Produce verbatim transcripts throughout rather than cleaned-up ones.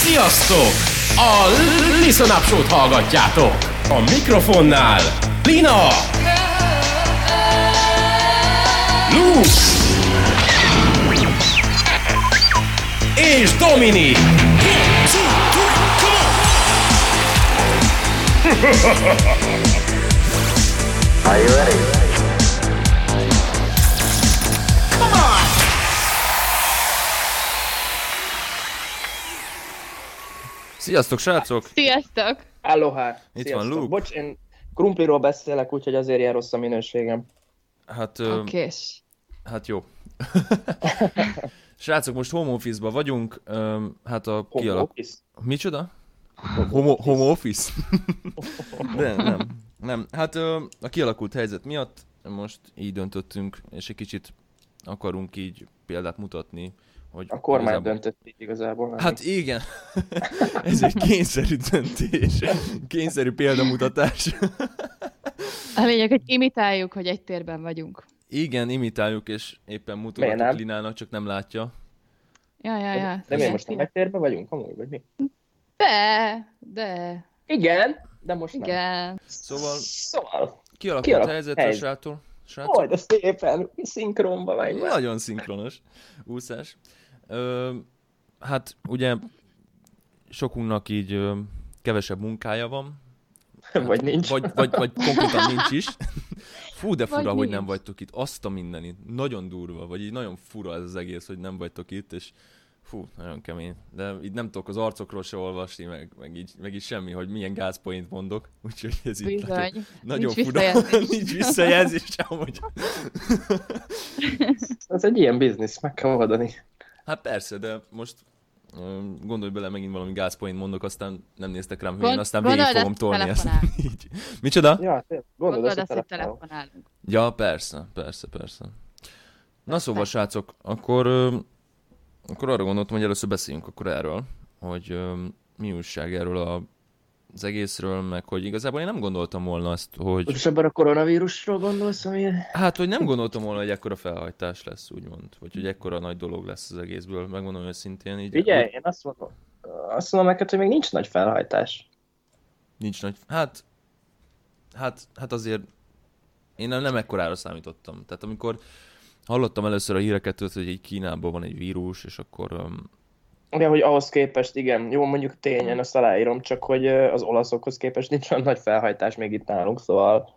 Sziasztok! A Listen Up Show-t hallgatjátok! A mikrofonnál Lina, Luke és Dominik! Are you ready? Come on! Sziasztok, srácok! Sziasztok! Aloha! Itt Sziasztok. van Luke. Bocs, én krumpliról beszélek, úgyhogy azért ilyen rossz a minőségem. Hát, ö, Okés. hát jó. Srácok, most home office-ba vagyunk, ö, hát a Home kialak... office? Micsoda? Home, home office? De nem, nem. Hát ö, a kialakult helyzet miatt most így döntöttünk, és egy kicsit akarunk így példát mutatni, hogy... A kormány igazából- döntött így igazából. nem? Hát igen, ez egy kényszerű döntés, kényszerű példamutatás. A lényeg, hogy imitáljuk, hogy egy térben vagyunk. Igen, imitáljuk, és éppen Miért mutogatok nem? Linának, csak nem látja. Ja, ja, ja. De miért most nem egy térben vagyunk amúgy, vagy mi? De, de, Igen, de most nem. igen. Szóval Szóval, kialakult Kialakult helyzetre, helyzet. srácol. Srácok. majd a szépen szinkronba megy. Nagyon szinkronos úszás. Ö, hát ugye sokunknak így ö, kevesebb munkája van. Vagy nincs. Vagy, vagy, vagy konkrétan nincs is. Fú, de fura, Vagy hogy nincs. nem vagytok itt. Azt a mindenit. Nagyon durva, vagy így nagyon fura ez az egész, hogy nem vagytok itt, és fú, nagyon kemény. De így nem tudok az arcokról se olvasni, meg, meg, így, meg így semmi, hogy milyen gázpoint mondok. Úgyhogy ez itt nagyon, Bizony. nagyon Nincs fura. visszajelzés. Nincs visszajelzés sem, hogy... Ez egy ilyen biznisz, meg kell oldani. Hát persze, de most ö, gondolj bele, megint valami gázpoint mondok, aztán nem néztek rám hülyén, Gond- aztán végig gondold, fogom ezt tolni ezt. telefonál. Így. Micsoda? Ja, tényleg, gondolod, Gondolod ezt azt, a hogy telefonálok. telefonálunk. Ja, persze, persze, persze. Na szóval, srácok, akkor, ö, akkor arra gondoltam, hogy először beszéljünk akkor erről, hogy ö, mi újság erről a, az egészről, meg hogy igazából én nem gondoltam volna azt, hogy... Pontosabban a koronavírusról gondolsz, ami... Hát, hogy nem gondoltam volna, hogy ekkora felhajtás lesz, úgymond. Vagy hogy ekkora nagy dolog lesz az egészből, megmondom őszintén. Így, Figyelj, hogy én azt mondom, azt mondom neked, hogy még nincs nagy felhajtás. nincs nagy... Hát, hát, hát azért én nem, nem ekkorára számítottam. Tehát amikor hallottam először a híreket, hogy egy Kínában van egy vírus, és akkor... Um, De hogy ahhoz képest, igen, jó, mondjuk tényen, azt aláírom, csak hogy ö, az olaszokhoz képest nincs olyan nagy felhajtás még itt nálunk, szóval...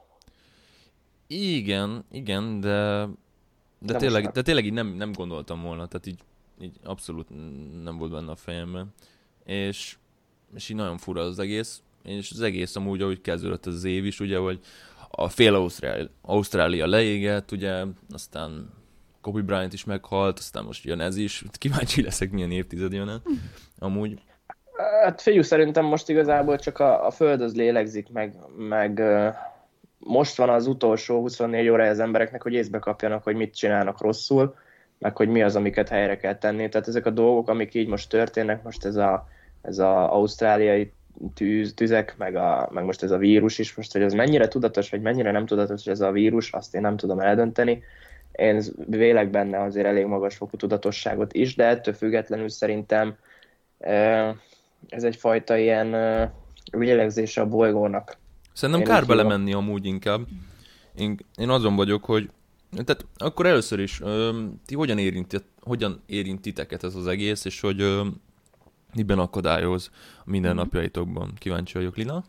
igen, igen, de... De, De tényleg, most de tényleg így nem, nem gondoltam volna, tehát így, így abszolút nem volt benne a fejemben. És, és így nagyon fura az egész, és az egész amúgy, ahogy kezdődött ez az év is, ugye, hogy a fél Ausztrália, Ausztrália leégett, ugye, aztán Kobe Bryant is meghalt, aztán most jön ez is, kíváncsi leszek, milyen évtized jön el. Amúgy, Hát figyelj, szerintem most igazából csak a, a föld az lélegzik, meg, meg ö, most van az utolsó huszonnégy órája az embereknek, hogy észbe kapjanak, hogy mit csinálnak rosszul, meg hogy mi az, amiket helyre kell tenni. Tehát ezek a dolgok, amik így most történnek, most ez a, ez a ausztráliai tűz, tüzek, meg, a, meg most ez a vírus is, most hogy ez mennyire tudatos, vagy mennyire nem tudatos ez a vírus, azt én nem tudom eldönteni. Én vélek benne azért elég magas fokú tudatosságot is, de ettől függetlenül szerintem ö, ez egyfajta ilyen ö, lélegzése a bolygónak. szerintem Én kár úgy hívom. belemenni amúgy inkább. Én, én azon vagyok, hogy... Tehát akkor először is, ö, ti hogyan, érinti, hogyan érint titeket ez az egész, és hogy ö, miben akadályoz a mindennapjaitokban? Kíváncsi vagyok, Lina?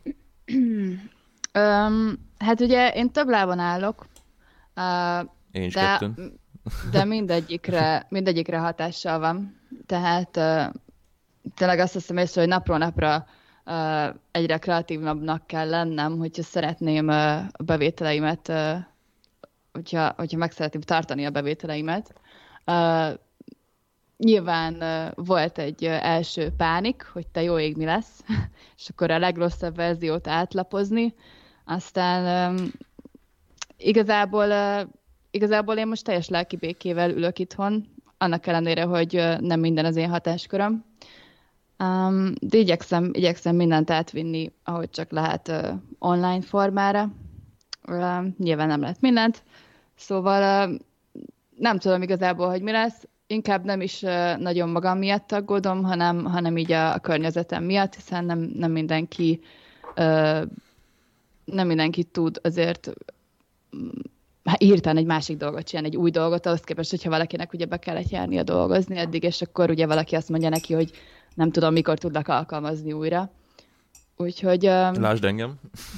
Öm, hát ugye én több lábon állok, uh, Én is de, kettőn. de mindegyikre, mindegyikre hatással van. Tehát uh, tényleg azt hiszem észre, hogy napról napra uh, egyre kreatívabbnak kell lennem, hogyha szeretném uh, a bevételeimet, uh, hogyha, hogyha meg szeretném tartani a bevételeimet. Uh, Nyilván uh, volt egy uh, első pánik, hogy te jó ég mi lesz, és akkor a legrosszabb verziót átlapozni. Aztán um, igazából, uh, igazából én most teljes lelki békével ülök itthon, annak ellenére, hogy uh, nem minden az én hatásköröm. Um, de igyekszem, igyekszem mindent átvinni, ahogy csak lehet uh, online formára. Uh, nyilván nem lehet mindent. Szóval uh, nem tudom igazából, hogy mi lesz. inkább nem is uh, nagyon magam miatt aggódom, hanem, hanem így a, a környezetem miatt, hiszen nem, nem mindenki uh, nem mindenki tud azért hát írtán egy másik dolgot csinálni, egy új dolgot, ahhoz képest, hogyha valakinek ugye be kellett járnia dolgozni eddig, és akkor ugye valaki azt mondja neki, hogy nem tudom, mikor tudlak alkalmazni újra. Úgyhogy... Um... Lásd engem.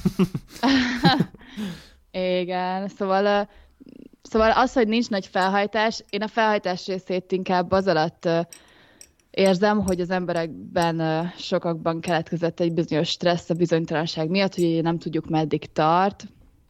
Igen, szóval, uh, szóval az, hogy nincs nagy felhajtás, én a felhajtás részét inkább az alatt uh, érzem, hogy az emberekben, uh, sokakban keletkezett egy bizonyos stressz a bizonytalanság miatt, hogy nem tudjuk, meddig tart.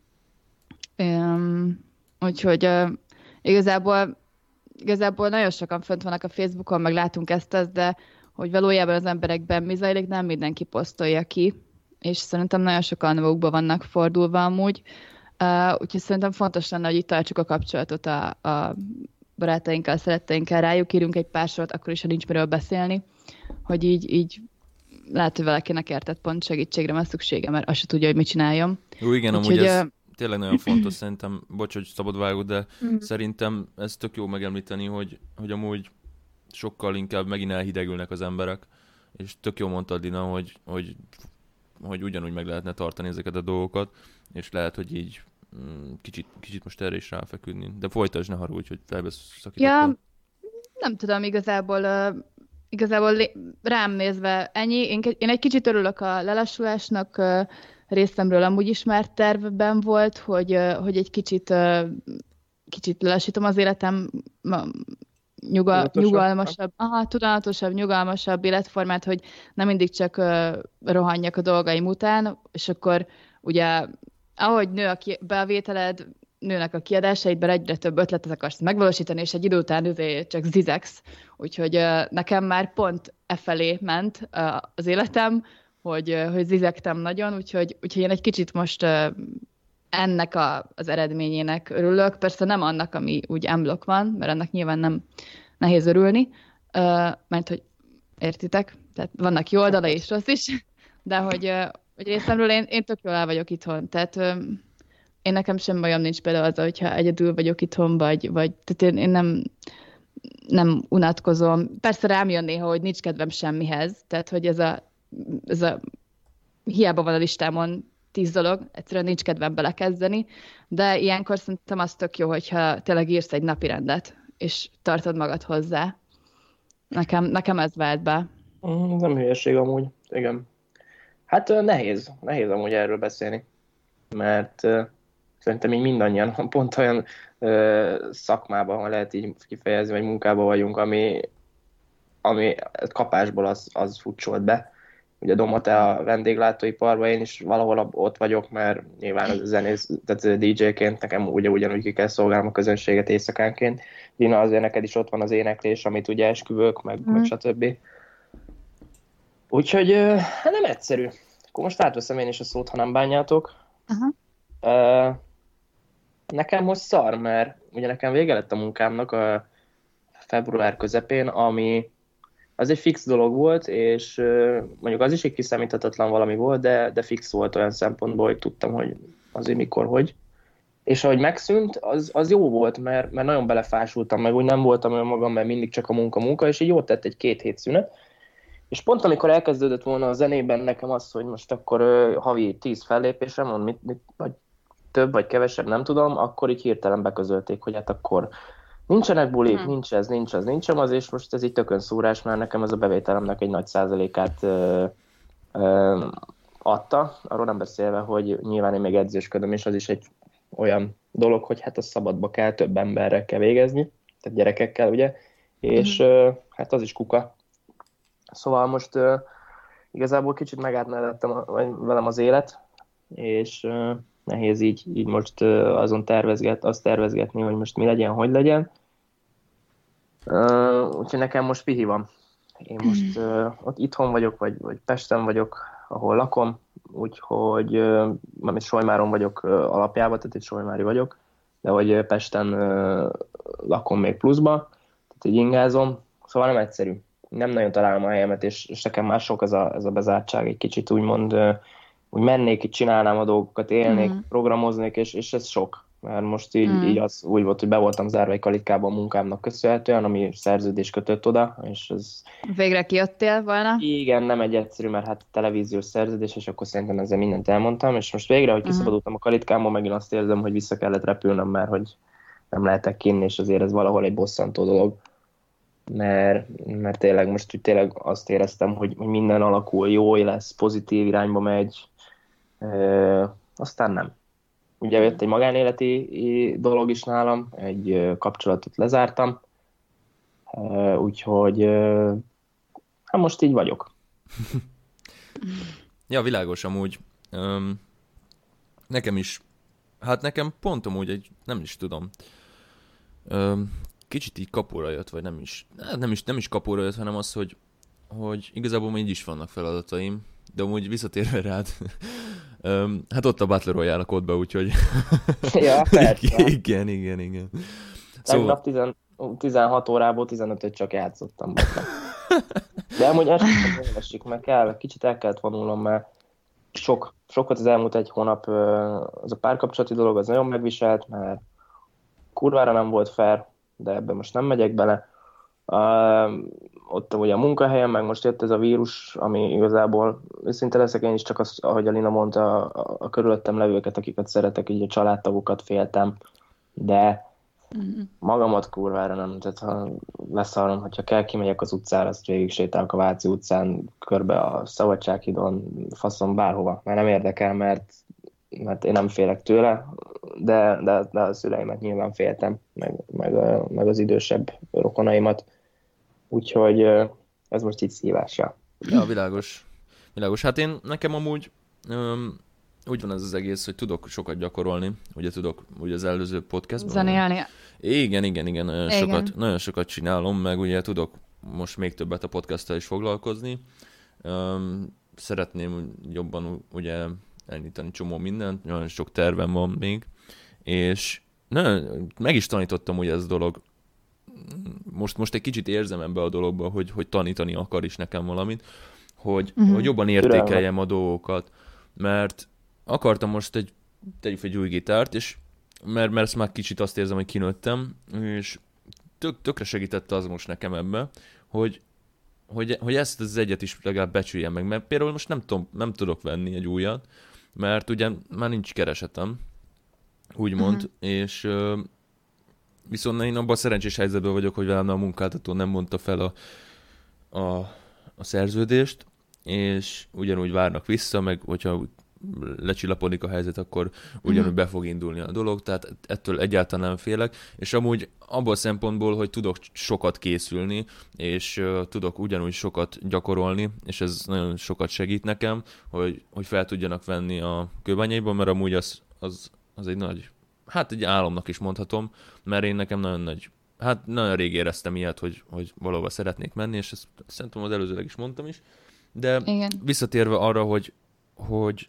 Um, úgyhogy uh, igazából, igazából nagyon sokan fönt vannak a Facebookon, meg látunk ezt-ezt, de hogy valójában az emberekben mi zajlik, nem mindenki posztolja ki, és szerintem nagyon sokan magukba vannak fordulva amúgy. Uh, úgyhogy szerintem fontos lenne, hogy itt tartsuk a kapcsolatot a, a barátainkkal, szeretteinkkel, rájuk írjunk egy pár sort, akkor is, ha nincs miről beszélni, hogy így, így lehet, hogy valakinek értett pont segítségre van szüksége, mert azt se tudja, hogy mit csináljon. Jó, igen, úgy, amúgy hogy, ez uh... tényleg nagyon fontos, szerintem, bocs, hogy szabad vágod, de mm. szerintem ez tök jó megemlíteni, hogy, hogy amúgy sokkal inkább megint elhidegülnek az emberek, és tök jó mondtad, Dina, hogy, hogy, hogy ugyanúgy meg lehetne tartani ezeket a dolgokat, és lehet, hogy így mm, kicsit, kicsit most erre is ráfeküdni. De folytasd, ne haragudj, hogy felbeszakítottam. Ja, nem tudom, igazából, uh, igazából rám nézve ennyi. Én, én egy kicsit örülök a lelassulásnak, uh, részemről amúgy is már tervben volt, hogy, uh, hogy egy kicsit, uh, kicsit lelassítom az életem, Nyugal, nyugalmasabb, aha, tudatosabb, nyugalmasabb életformát, hogy nem mindig csak uh, rohanjak a dolgaim után, és akkor ugye, ahogy nő a ki- bevételed, nőnek a kiadásaidban, egyre több ötletet akarsz megvalósítani, és egy idő után csak zizegsz. Úgyhogy uh, nekem már pont e felé ment uh, az életem, hogy, uh, hogy zizegtem nagyon, úgyhogy, úgyhogy én egy kicsit most uh, ennek a, az eredményének örülök. Persze nem annak, ami úgy unblock van, mert ennek nyilván nem nehéz örülni, uh, mert hogy értitek, tehát vannak jó oldala és rossz is, de hogy, uh, hogy részemről én, én tök jól el vagyok itthon. Tehát uh, én nekem sem bajom nincs például az, hogyha egyedül vagyok itthon, vagy, vagy tehát én, én nem, nem unatkozom. Persze rám jön néha, hogy nincs kedvem semmihez, tehát hogy ez a, ez a hiába van a listámon tíz dolog, egyszerűen nincs kedvem belekezdeni, de ilyenkor szerintem az tök jó, hogyha tényleg írsz egy napirendet, és tartod magad hozzá. Nekem, nekem ez vált be. Mm, nem hülyeség amúgy, igen. Hát nehéz, nehéz amúgy erről beszélni, mert uh, szerintem így mindannyian pont olyan uh, szakmában, ha lehet így kifejezni, vagy munkában vagyunk, ami, ami kapásból az, az futcsolt be. Ugye Domate a vendéglátóiparban, én is valahol ott vagyok, mert nyilván az zenész, tehát dé dzsé-ként nekem ugye ugyanúgy ki kell szolgálnom a közönséget éjszakánként. Dina, azért neked is ott van az éneklés, amit ugye esküvők, meg, mm. meg stb. Úgyhogy hát nem egyszerű. Akkor most átveszem én is a szót, ha nem bánjátok. Uh-huh. Uh, nekem most szar, mert ugye nekem vége lett a munkámnak a február közepén, ami az egy fix dolog volt, és uh, mondjuk az is egy kiszámíthatatlan valami volt, de, de fix volt olyan szempontból, hogy tudtam, hogy azért mikor, hogy. És ahogy megszűnt, az, az jó volt, mert, mert nagyon belefásultam, meg úgy nem voltam olyan magam, mert mindig csak a munka-munka, és így jót tett egy két hét szünet. És pont amikor elkezdődött volna a zenében nekem az, hogy most akkor uh, havi tíz fellépésem van, mit, mit, vagy több, vagy kevesebb, nem tudom, akkor így hirtelen beközölték, hogy hát akkor nincsenek bulik, hmm. nincs ez, nincs az, nincs az, és most ez így tökön szúrás, mert nekem ez a bevételemnek egy nagy százalékát ö, ö, adta. Arról nem beszélve, hogy nyilván én még edzősködöm, és az is egy olyan dolog, hogy hát a szabadba kell, több emberrel kell végezni, tehát gyerekekkel, ugye, és hmm. ö, hát az is kuka. Szóval most ö, igazából kicsit megátmelettem velem az élet, és ö, nehéz így, így most uh, azon tervezget, azt tervezgetni, hogy most mi legyen, hogy legyen. Uh, úgyhogy nekem most pihi van. Én most uh, ott itthon vagyok, vagy, vagy Pesten vagyok, ahol lakom, úgyhogy uh, mert Solymáron vagyok uh, alapjában, tehát itt solymári vagyok, de hogy uh, Pesten uh, lakom még pluszba, tehát így ingázom, szóval nem egyszerű. Nem nagyon találom a helyemet, és, és nekem már sok ez a, ez a bezártság, egy kicsit úgymond uh, úgy mennék, itt csinálnám a dolgokat, élnék, mm. programoznék, és, és ez sok. mert most így, Mm. így az úgy volt, hogy be voltam zárva egy kalitkában a munkámnak köszönhetően, ami szerződés kötött oda, és ez Végre kijöttél volna? igen, nem egy egyszerű, mert hát televíziós szerződés, és akkor szerintem ezzel mindent elmondtam, és most végre, hogy kiszabadultam a kalitkámból, megint azt érzem, hogy vissza kellett repülnöm, mert hogy nem lehetek kinn, és azért ez valahol egy bosszantó dolog, mert, mert tényleg most úgy tényleg azt éreztem, hogy, hogy minden alakul, jó lesz, pozitív irányba megy, e, aztán nem. Ugye jött egy magánéleti dolog is nálam, egy ö, kapcsolatot lezártam, e, úgyhogy e, hát most így vagyok. Ja, világos amúgy. Öm, nekem is, hát nekem pont amúgy egy, nem is tudom, öm, kicsit így kapóra jött, vagy nem is, hát nem is, nem is kapóra jött, hanem az, hogy, hogy igazából még így is vannak feladataim, de amúgy visszatérve rád, öm, hát ott a Battle Royale a kódba, úgyhogy... Ja, persze. igen, igen, igen. Tegnap tizen, tizenhat órából tizenötöt csak játszottam. De amúgy ezt sem olvassik, mert kell, kicsit el kellett vonulnom, mert sok, sokat az elmúlt egy hónap, az a párkapcsolati dolog az nagyon megviselt, mert kurvára nem volt fair, de ebben most nem megyek bele. Uh, ott ugye a munkahelyen, meg most jött ez a vírus, ami igazából őszinte leszek, én is csak azt, ahogy Alina mondta, a, a körülöttem levőket, akiket szeretek, így a családtagokat féltem, de magamat kurvára nem, tehát ha leszarom, hogyha kell, kimegyek az utcára, azt végig sétálok a Váci utcán, körbe a Szabadsághídon, faszom bárhova, mert nem érdekel, mert, mert én nem félek tőle, de, de, de a szüleimet nyilván féltem, meg, meg, meg az idősebb rokonaimat, úgyhogy ez most így szívásja. Ja, világos. Világos. Hát én nekem amúgy öm, úgy van ez az egész, hogy tudok sokat gyakorolni, ugye tudok ugye az előző podcastban. Zenélni. Igen, igen, igen, nagyon, Igen. Sokat, nagyon sokat csinálom, meg ugye tudok most még többet a podcasttal is foglalkozni. Um, szeretném jobban ugye elnyitani csomó mindent, nagyon sok tervem van még, és nagyon, meg is tanítottam ugye ez a dolog. Most, most egy kicsit érzem ebbe a dologba, hogy, hogy tanítani akar is nekem valamit, hogy, uh-huh. hogy jobban értékeljem a dolgokat, mert akartam most egy, tegyük egy új gitárt, és mert, mert ezt már kicsit azt érzem, hogy kinőttem, és tök, tökre segítette az most nekem ebbe, hogy, hogy, hogy ezt az egyet is legalább becsüljem meg, mert például most nem, tudom, nem tudok venni egy újat, mert ugye már nincs keresetem, úgymond, uh-huh. és uh, viszont én abban a szerencsés helyzetben vagyok, hogy velem a munkáltató nem mondta fel a, a, a szerződést, és ugyanúgy várnak vissza, meg hogyha lecsillapodik a helyzet, akkor ugyanúgy be fog indulni a dolog, tehát ettől egyáltalán nem félek, és amúgy abból a szempontból, hogy tudok sokat készülni, és uh, tudok ugyanúgy sokat gyakorolni, és ez nagyon sokat segít nekem, hogy, hogy fel tudjanak venni a kőbányaiban, mert amúgy az, az, az egy nagy, hát egy álomnak is mondhatom, mert én nekem nagyon nagy, hát nagyon rég éreztem ilyet, hogy, hogy valahova szeretnék menni, és ezt szerintem az előzőleg is mondtam is, de igen. Visszatérve arra, hogy, hogy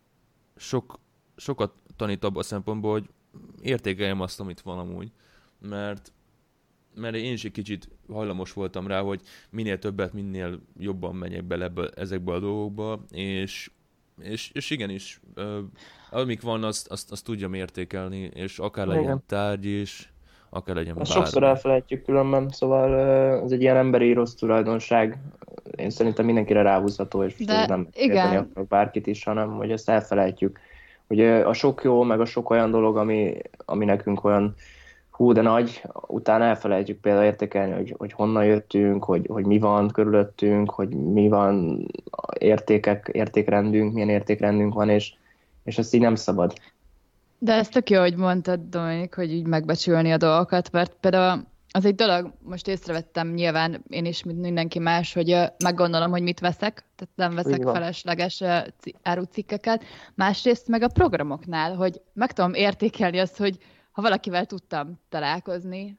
Sok, sokat tanít abban a szempontból, hogy értékeljem azt, amit van amúgy, mert, mert én is egy kicsit hajlamos voltam rá, hogy minél többet, minél jobban megyek bele ebbe, ezekbe a dolgokba, és, és, és igenis, amik van, azt, azt, azt tudjam értékelni, és akár legyen igen. tárgy is, akár legyen bármi. Sokszor elfelejtjük különben, szóval ez egy ilyen emberi rossz tulajdonság. Én szerintem mindenkire ráhúzható, és de nem érteni akarok bárkit is, hanem hogy ezt elfelejtjük. Ugye a sok jó, meg a sok olyan dolog, ami, ami nekünk olyan hú de nagy, utána elfelejtjük például értékelni, hogy, hogy honnan jöttünk, hogy, hogy mi van körülöttünk, hogy mi van értékek, értékrendünk, milyen értékrendünk van, és, és ezt így nem szabad. De ez tök jó, hogy mondtad, Dominik, hogy így megbecsülni a dolgokat, mert például az egy dolog, most észrevettem nyilván én is, mint mindenki más, hogy meggondolom, hogy mit veszek, tehát nem veszek felesleges árucikkeket. Másrészt meg a programoknál, hogy meg tudom értékelni azt, hogy ha valakivel tudtam találkozni,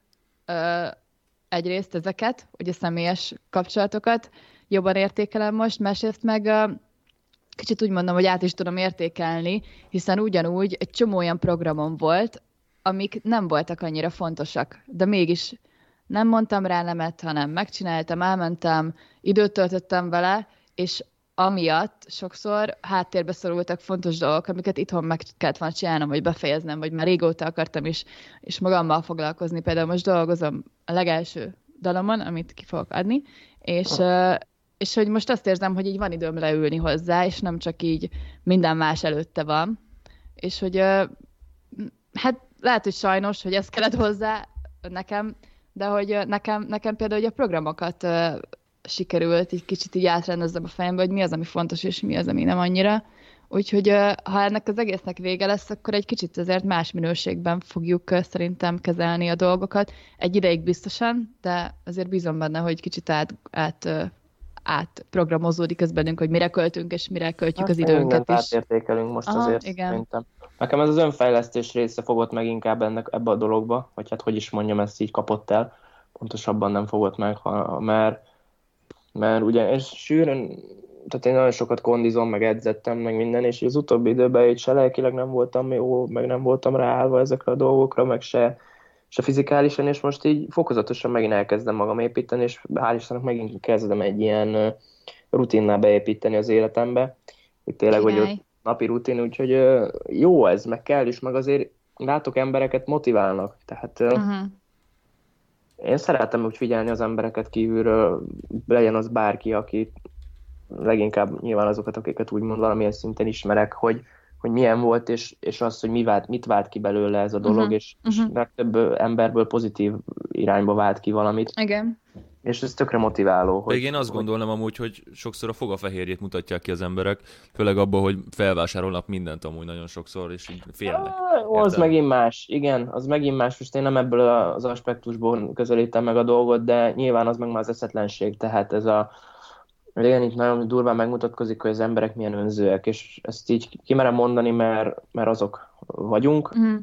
egyrészt ezeket, ugye személyes kapcsolatokat jobban értékelem most, másrészt meg kicsit úgy mondom, hogy át is tudom értékelni, hiszen ugyanúgy egy csomó olyan programom volt, amik nem voltak annyira fontosak, de mégis nem mondtam rá nemet, hanem megcsináltam, elmentem, időt töltöttem vele, és amiatt sokszor háttérbe szorultak fontos dolgok, amiket itthon meg kellett volna csinálnom, vagy befejeznem, vagy már régóta akartam is, és magammal foglalkozni. Például most dolgozom a legelső dalomon, amit ki fogok adni, és, uh, és hogy most azt érzem, hogy így van időm leülni hozzá, és nem csak így minden más előtte van. És hogy uh, hát lehet, hogy sajnos, hogy ez kellett hozzá nekem, de hogy uh, nekem, nekem például hogy a programokat uh, sikerült egy kicsit így átrendeznem a fejembe, hogy mi az, ami fontos, és mi az, ami nem annyira. Úgyhogy ha ennek az egésznek vége lesz, akkor egy kicsit azért más minőségben fogjuk szerintem kezelni a dolgokat. Egy ideig biztosan, de azért bízom benne, hogy kicsit át, át, átprogramozódik ez bennünk, hogy mire költünk, és mire költjük hát, az időnket is. Átértékelünk most Aha, azért igen. szerintem. Nekem ez az önfejlesztés része fogott meg inkább ennek, ebbe a dologba, vagy hát hogy is mondjam, ezt így kapott el. Pontosabban nem fogott meg, ha, mert Mert ugye, és sűrűn, tehát én nagyon sokat kondizom, meg edzettem, meg minden, és az utóbbi időben így se lelkileg nem voltam jó, meg nem voltam ráállva ezekre a dolgokra, meg se, se fizikálisan, és most így fokozatosan megint elkezdem magam építeni, és hál' Istennek megint kezdem egy ilyen rutinnál beépíteni az életembe, hogy tényleg, hogy ott napi rutin, úgyhogy jó ez, meg kell is, meg azért látok embereket motiválnak, tehát... Uh-huh. Én szeretem úgy figyelni az embereket kívülről, legyen az bárki, aki leginkább nyilván azokat, akiket úgymond valamilyen szinten ismerek, hogy, hogy milyen volt, és, és az, hogy mi vált, mit vált ki belőle ez a dolog, uh-huh. és, és uh-huh. legtöbb emberből pozitív irányba vált ki valamit. Igen. És ez tökre motiváló. Hogy, én azt gondolnám amúgy, hogy sokszor a fogafehérjét mutatják ki az emberek, főleg abban, hogy felvásárolnak mindent amúgy nagyon sokszor, és így félnek. Ah, az megint más, igen, az megint más, most én nem ebből az aspektusból közelítem meg a dolgot, de nyilván az meg már az eszetlenség, tehát ez a igen, itt nagyon durván megmutatkozik, hogy az emberek milyen önzőek, és ezt így kimerem mondani, mert, mert azok vagyunk, uh-huh.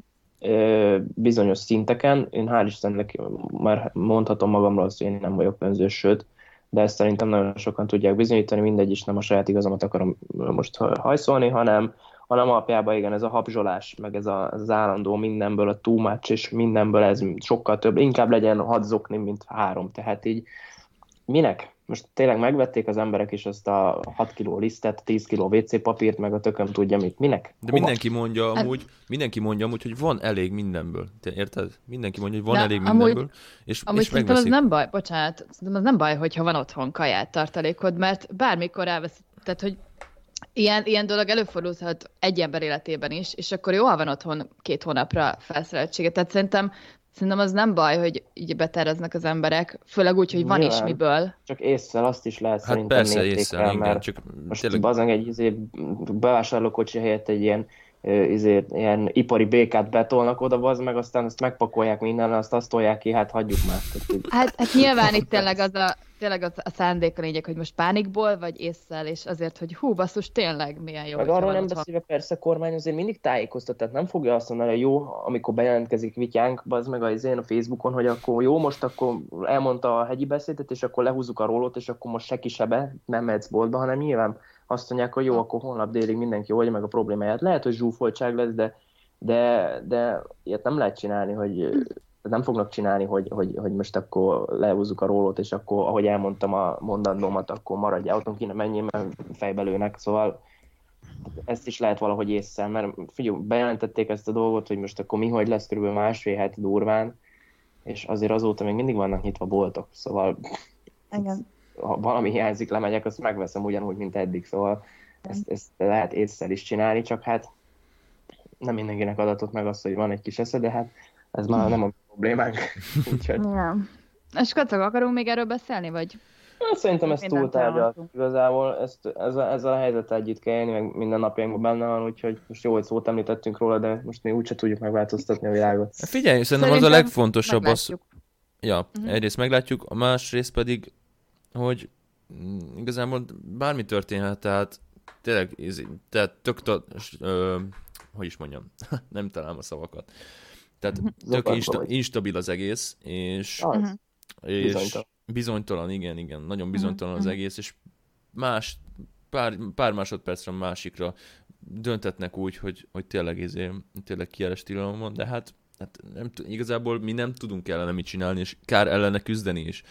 bizonyos szinteken. Én hál' Istennek már mondhatom magamról azt, hogy én nem vagyok önzős, sőt, de ezt szerintem nagyon sokan tudják bizonyítani, mindegy is, nem a saját igazamat akarom most hajszolni, hanem, hanem alapjában igen, ez a habzsolás, meg ez, a, ez az állandó mindenből, a too much, és mindenből ez sokkal több, inkább legyen hat zokni, mint három, tehát így minek? Most tényleg megvették az emberek is azt a hat kiló lisztet, tíz kiló vé cé papírt, meg a tököm tudja mit. Minek? De mindenki mondja amúgy, mindenki mondja amúgy, hogy van elég mindenből. Te érted? Mindenki mondja, hogy van de elég amúgy, mindenből. És, amúgy és szerintem az nem baj, bocsánat, szerintem az nem baj, hogyha van otthon kaját tartalékod, mert bármikor elvesz, tehát hogy ilyen, ilyen dolog előfordulhat egy ember életében is, és akkor jó, ha van otthon két hónapra felszereltsége. Tehát szerintem Szerintem az nem baj, hogy így betereznek az emberek, főleg úgy, hogy van Nyilván. is miből. Csak ésszel azt is lehet hát szerintem persze, ésszel, igen, mert csak most tényleg... bazang egy izé, bevásárlókocsi helyett egy ilyen, izé, ilyen ipari békát betolnak oda, bazd meg, aztán azt megpakolják minden, azt azt tolják ki, hát hagyjuk már. Hát, hát nyilván itt tényleg az a, tényleg az a szándék a lényeg, hogy most pánikból vagy ésszel, és azért, hogy hú, basszus, tényleg milyen jó. Meg arról nem beszélve, persze, kormány azért mindig tájékoztat, tehát nem fogja azt mondani, hogy jó, amikor bejelentkezik Vityánk, bazd meg az én a Facebookon, hogy akkor jó, most akkor elmondta a hegyi beszédet, és akkor lehúzzuk a rólót, és akkor most seki sebe, nem mehetsz boltba, hanem nyilván azt mondják, hogy jó, akkor holnap délig mindenki oldja meg a problémáját. Lehet, hogy zsúfoltság lesz, de, de, de ilyet nem lehet csinálni, hogy nem fognak csinálni, hogy, hogy, hogy most akkor lehúzzuk a rólót, és akkor, ahogy elmondtam a mondandómat, akkor maradj autón, ki ne menjél, mert fejbe lőnek. Szóval ezt is lehet valahogy észre, mert figyelj, bejelentették ezt a dolgot, hogy most akkor mi, hogy lesz körülbelül másfél hét durván, és azért azóta még mindig vannak nyitva boltok, szóval igen. Ha valami hiányzik, lemegyek, azt megveszem ugyanúgy, mint eddig, szóval ezt, ezt lehet észre is csinálni, csak hát nem mindenkinek adatot meg azt, hogy van egy kis esze, de hát ez már nem a problémánk. Úgyhogy... Ja. És kacag, akarunk még erről beszélni, vagy? Hát, szerintem ezt túltárgyaltuk igazából, ezt, ez a, ezzel a helyzettel együtt kell élni, meg minden napjainkban benne van, úgyhogy most jó, hogy szót említettünk róla, de most mi úgyse tudjuk megváltoztatni a világot. Figyelj, szerintem, szerintem az a legfontosabb az... Ja, uh-huh. egyrészt meglátjuk, a másrészt pedig, hogy igazából bármi történhet, tehát tényleg, tehát tök, ö, hogy is mondjam, nem találom a szavakat. Tehát tök insta, instabil az egész, és, uh-huh. és bizonytalan. bizonytalan, igen, igen, nagyon bizonytalan uh-huh. az egész, és más, pár, pár másodpercre másikra döntetnek úgy, hogy, hogy tényleg, izé, tényleg kiáres tilalom van, de hát, hát nem, igazából mi nem tudunk ellene mit csinálni, és kár ellene küzdeni is.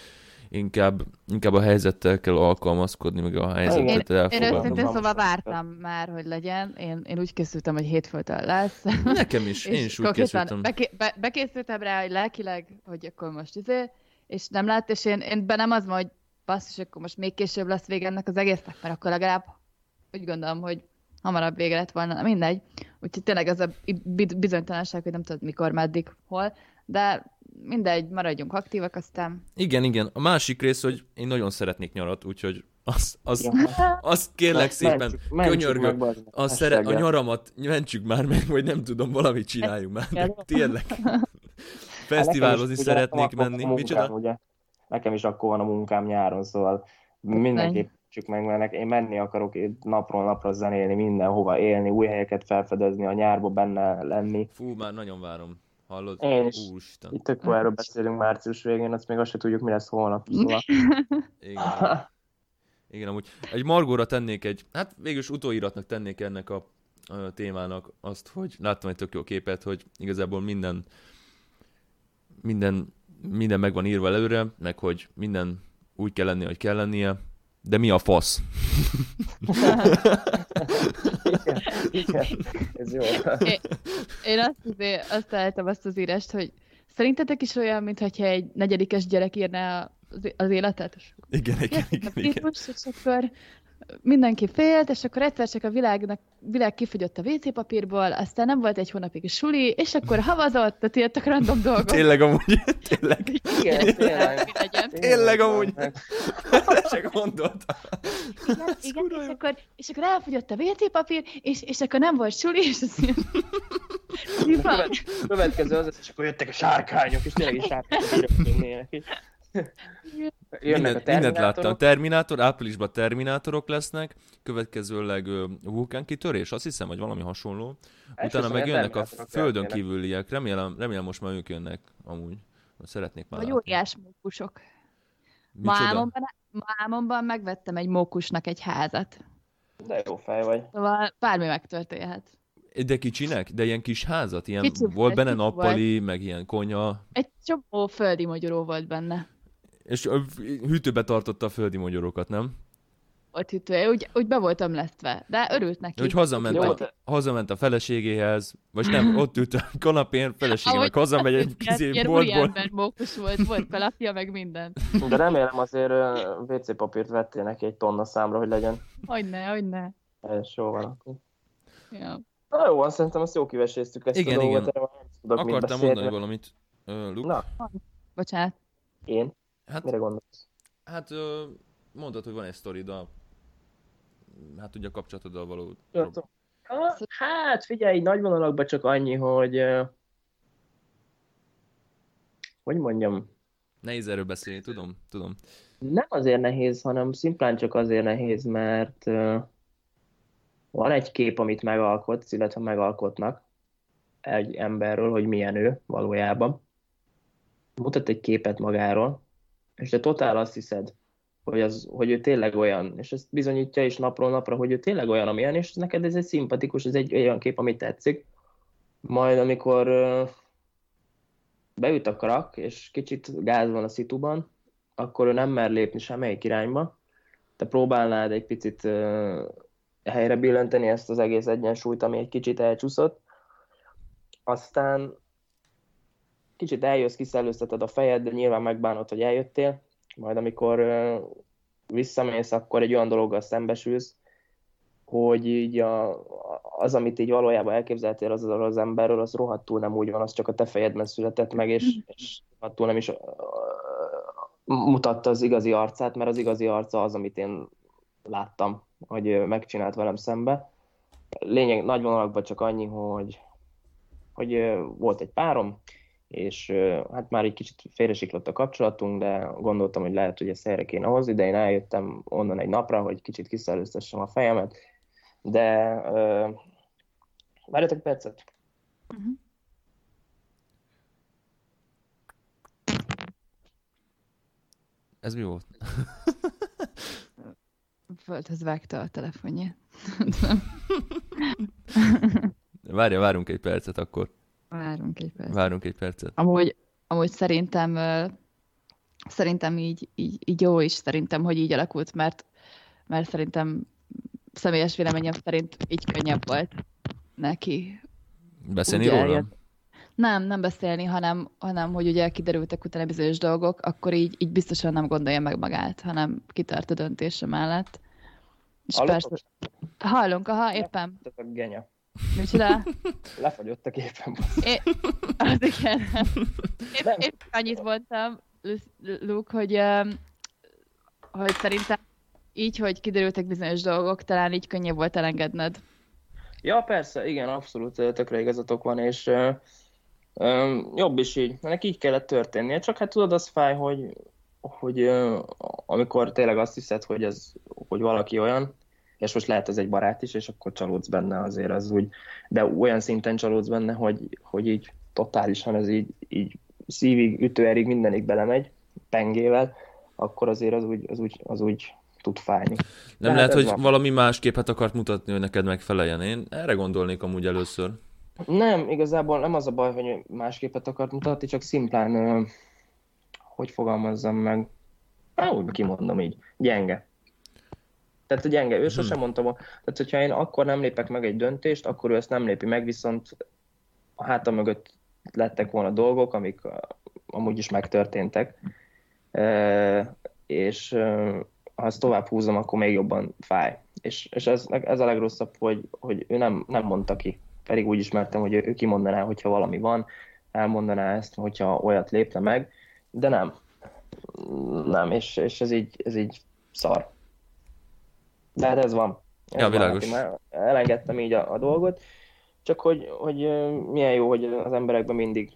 inkább, inkább a helyzettel kell alkalmazkodni, meg a helyzetet Én elfogadni. őszintén szóval vártam már, hogy legyen. Én, én úgy készültem, hogy hétfőtől lesz. Nekem is, én is úgy konkrétan készültem. Beké, be, bekészültem rá, hogy lelkileg, hogy akkor most izé, és nem lett, és én, én bennem az van, hogy basszus, akkor most még később lesz vége ennek az egésznek, mert akkor legalább úgy gondolom, hogy hamarabb vége lett volna, na mindegy. Úgyhogy tényleg az a bizonytalanság, hogy nem tudod mikor, meddig, hol, de mindegy, maradjunk aktívak, aztán... Igen, igen. A másik rész, hogy én nagyon szeretnék nyarat, úgyhogy azt, azt, azt kérlek Men- szépen, mentsük- mentsük könyörgök, meg, bazd meg, a, szere- a hashtag-el. nyaramat mentsük már meg, vagy nem tudom, valamit csináljunk már meg. Tényleg. Hát Fesztiválozni nekem is, ugye, szeretnék nekem akkor menni. van a Micsoda? munkám, ugye? Nekem is akkor van a munkám nyáron, szóval mindenképp csak meg, mert én menni akarok itt napról napra zenélni, mindenhova élni, új helyeket felfedezni, a nyárba benne lenni. Fú, már nagyon várom. Hallod? Én is. Úristen. Itt tök jó, erről beszélünk március végén, azt még azt se tudjuk, mi lesz holnap. Szóval. Igen. Igen, amúgy. Egy Margóra tennék egy, hát végülis utóiratnak tennék ennek a, a témának azt, hogy láttam egy tök jó képet, hogy igazából minden minden, minden meg van írva előre, meg hogy minden úgy kell lennie, hogy kell lennie, de mi a fasz? igen, igen, ez jó. Én, én azt, azért, azt találtam azt az írást, hogy szerintetek is olyan, mintha egy negyedikes gyerek írná az, az életet? Igen, igen, igen, igen. Vírus, és akkor mindenki félt, és akkor egyszer csak a világnak, világ kifogyott a vé cé papírból, aztán nem volt egy hónapig suli, és akkor havazott, tehát ilyen tök random dolgok. Tényleg amúgy, tényleg. Igen, tényleg. Mi legyen. Tényleg amúgy. Csak mondottam. Igen, igen, és, akkor, és akkor elfogyott a vé cé papír, és, és akkor nem volt suli, és az ilyen... Mi van? Követ- Következő az, és akkor jöttek a sárkányok, és tényleg is sárkányok jönnének. Jönnek a Mindent, mindent terminátorok. láttam. Terminátor, áprilisban terminátorok lesznek, következőleg ö, vulkánkitörés, azt hiszem, vagy valami hasonló. Utána Elsősorban meg jönnek a terminátorok földön történnek. kívüliek, remélem, remélem most már ők jönnek amúgy. Szeretnék már Vagy látni. óriás mókusok. Ma Micsoda? álmomban, ma álmomban megvettem egy mókusnak egy házat. De jó fej vagy. Szóval bármi megtörténhet. De kicsinek? De ilyen kis házat? Ilyen Kicsi volt volt, benne kicsi nappali, meg ilyen konya, Egy csomó földi magyaró volt benne. és ö, hűtőbe tartotta a földi magyarokat, nem? Ott hűtő, úgy, úgy be voltam lesztve, de örült neki. Hogy hazament, Jó, a, de- hazament a feleségéhez, vagy nem, ott ült a kanapén, felesége meg hazamegy egy ilyen, kizé ilyen boltból. úriember mókus volt, volt kalapja, meg minden. De remélem azért ö, vé cé papírt vettél neki egy tonna számra, hogy legyen. Hogyne, hogyne. Ez jó van akkor. Ja. Na jó van, szerintem azt jó kiveséztük ezt Igen, a dolgot, igen. erre már nem tudok mit Akartam beszélni. mondani valamit, uh, Luke. Na, Bocsánat. én? Hát, Mire gondolsz? hát ö, mondtad, hogy van egy sztorid a, hát ugye a kapcsolatoddal való. Tudom. Hát figyelj, nagy vonalakban csak annyi, hogy ö, hogy mondjam, Nehéz erről beszélni, tudom, tudom. nem azért nehéz, hanem szimplán csak azért nehéz, mert ö, van egy kép, amit megalkotsz, illetve megalkotnak egy emberről, hogy milyen ő valójában. Mutat egy képet magáról, és te totál azt hiszed, hogy, az, hogy ő tényleg olyan, és ezt bizonyítja is napról napra, hogy ő tényleg olyan, amilyen, és neked ez egy szimpatikus, ez egy olyan kép, amit tetszik. Majd amikor ö, beüt a krak, és kicsit gáz van a szituban, akkor ő nem mer lépni semmelyik irányba. Te próbálnád egy picit ö, helyre billenteni ezt az egész egyensúlyt, ami egy kicsit elcsúszott. Aztán kicsit eljössz, kiszellőzteted a fejed, de nyilván megbánod, hogy eljöttél. Majd amikor ö, visszamész, akkor egy olyan dologgal szembesülsz, hogy így a, az, amit így valójában elképzeltél az, az emberről, az rohadtul nem úgy van, az csak a te fejedben született meg, és, és rohadtul nem is ö, mutatta az igazi arcát, mert az igazi arca az, amit én láttam, hogy ö, megcsinált velem szembe. Lényeg nagy vonalakban csak annyi, hogy, hogy ö, volt egy párom, és ö, hát már egy kicsit félresiklott a kapcsolatunk, de gondoltam, hogy lehet, hogy ezt helyre kéne hozni, de én eljöttem onnan egy napra, hogy kicsit kiszellőztessem a fejemet, de ö, várjatok egy percet. Uh-huh. Ez mi volt? Földhöz vágta a telefonját. Várja, várunk egy percet akkor. Várunk egy percet. Várunk egy percet. Amúgy, amúgy szerintem ö, szerintem így, így, így jó is, szerintem, hogy így alakult, mert, mert szerintem személyes véleményem szerint így könnyebb volt neki. Beszélni Ugye, róla? jött- Nem, nem beszélni, hanem, hanem hogy ugye kiderültek utána bizonyos dolgok, akkor így, így biztosan nem gondolja meg magát, hanem kitart a döntése mellett. És Hallottok? persze, hallunk, aha, éppen. Ez a genya. Micsoda? Lefagyott a képen. É, az igen. Épp, Nem. épp annyit mondtam, Luke, hogy, öm, hogy szerintem így, hogy kiderültek bizonyos dolgok, talán így könnyebb volt elengedned. Ja, persze, igen, abszolút ö, tökre igazatok van, és ö, ö, jobb is így. Ennek így kellett történnie, csak hát tudod, az fáj, hogy, hogy ö, amikor tényleg azt hiszed, hogy, ez, hogy valaki olyan, és most lehet ez egy barát is, és akkor csalódsz benne azért az úgy, de olyan szinten csalódsz benne, hogy, hogy így totálisan ez így, így szívig, ütőerig, mindenig belemegy, pengével, akkor azért az úgy, az úgy, az úgy tud fájni. De Nem hát lehet, ez hogy van. valami más képet akart mutatni, hogy neked megfeleljen. Én erre gondolnék amúgy először. Nem, igazából nem az a baj, hogy másképpet akart mutatni, csak szimplán, ö, hogy fogalmazzam meg, hát úgy kimondom így, gyenge. Tehát a gyenge, ő sosem mondta, volna- tehát hogyha én akkor nem lépek meg egy döntést, akkor ő ezt nem lépi meg, viszont a hátam mögött lettek volna dolgok, amik ö, amúgy is megtörténtek, E, és ö, ha ezt tovább húzom, akkor még jobban fáj. És, és ez, ez a legrosszabb, hogy, hogy ő nem, nem mondta ki. Pedig úgy ismertem, hogy ő, ő kimondaná, hogyha valami van, elmondaná ezt, hogyha olyat lépne meg, de nem. Nem, és, és ez, így, ez így szar. De hát ez van. Ez Ja, van, világos. hát én már elengedtem így a, a dolgot, csak hogy, hogy ö, milyen jó, hogy az emberekben mindig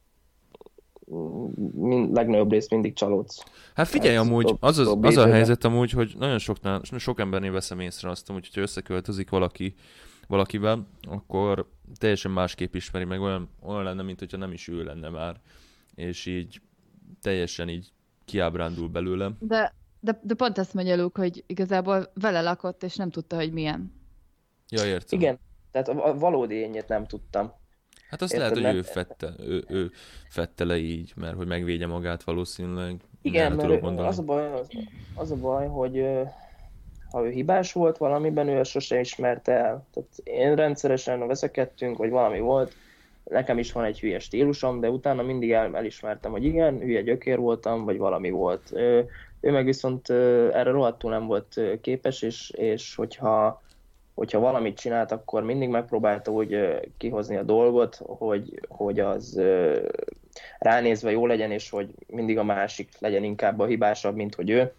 mind, legnagyobb részt mindig csalódsz. Hát figyelj, Ez amúgy dob- az, az, dob az a ízébe. helyzet amúgy, hogy nagyon soknál, sok embernél veszem észre azt, hogy ha összeköltözik valaki valakivel, akkor teljesen másképp ismeri meg, olyan, olyan lenne, mint hogyha nem is ő lenne már. És így teljesen így kiábrándul belőle. De, de, de pont ezt mondja Luke, hogy igazából vele lakott, és nem tudta, hogy milyen. Ja, értem. Igen, tehát a, a valódi énjét nem tudtam. Hát azt Érted, lehet, hogy mert- ő fette, ő, ő fette le így, mert hogy megvédje magát valószínűleg. Igen, Nem mert tudok ő- mondani. az a baj, az, az a baj, hogy ö, ha ő hibás volt valamiben, ő ezt sose ismerte el. Tehát én rendszeresen veszekedtünk, vagy valami volt, nekem is van egy hülye stílusom, de utána mindig el, elismertem, hogy igen, hülye gyökér voltam, vagy valami volt. Ö, ő meg viszont ö, erre rohadtul nem volt ö, képes, és, és hogyha, hogyha valamit csinált, akkor mindig megpróbálta úgy ö, kihozni a dolgot, hogy, hogy az ö, ránézve jó legyen, és hogy mindig a másik legyen inkább a hibásabb, mint hogy ő.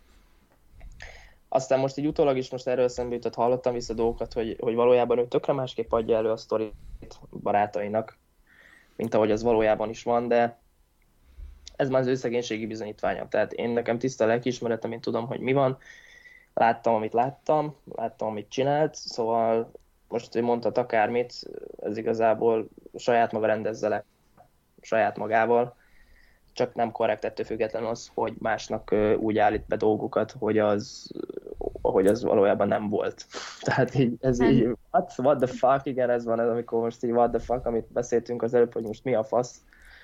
Aztán most így utólag is most erről eszembe jutott, hallottam vissza dolgokat, hogy, hogy valójában ő tökre másképp adja elő a sztorit barátainak, mint ahogy az valójában is van, de ez már az ő szegénységi bizonyítványa. Tehát én nekem tiszta lelkiismeretem, én tudom, hogy mi van, láttam, amit láttam, láttam, amit csinált, szóval most, hogy mondtad akármit, ez igazából saját maga rendezze le, saját magával, csak nem korrekt ettől független az, hogy másnak ö, úgy állít be dolgokat, hogy az, hogy az valójában nem volt. Tehát így, ez Nem. így, what, what the fuck, igen, ez van, ez amikor most így what the fuck, amit beszéltünk az előbb, hogy most mi a fasz.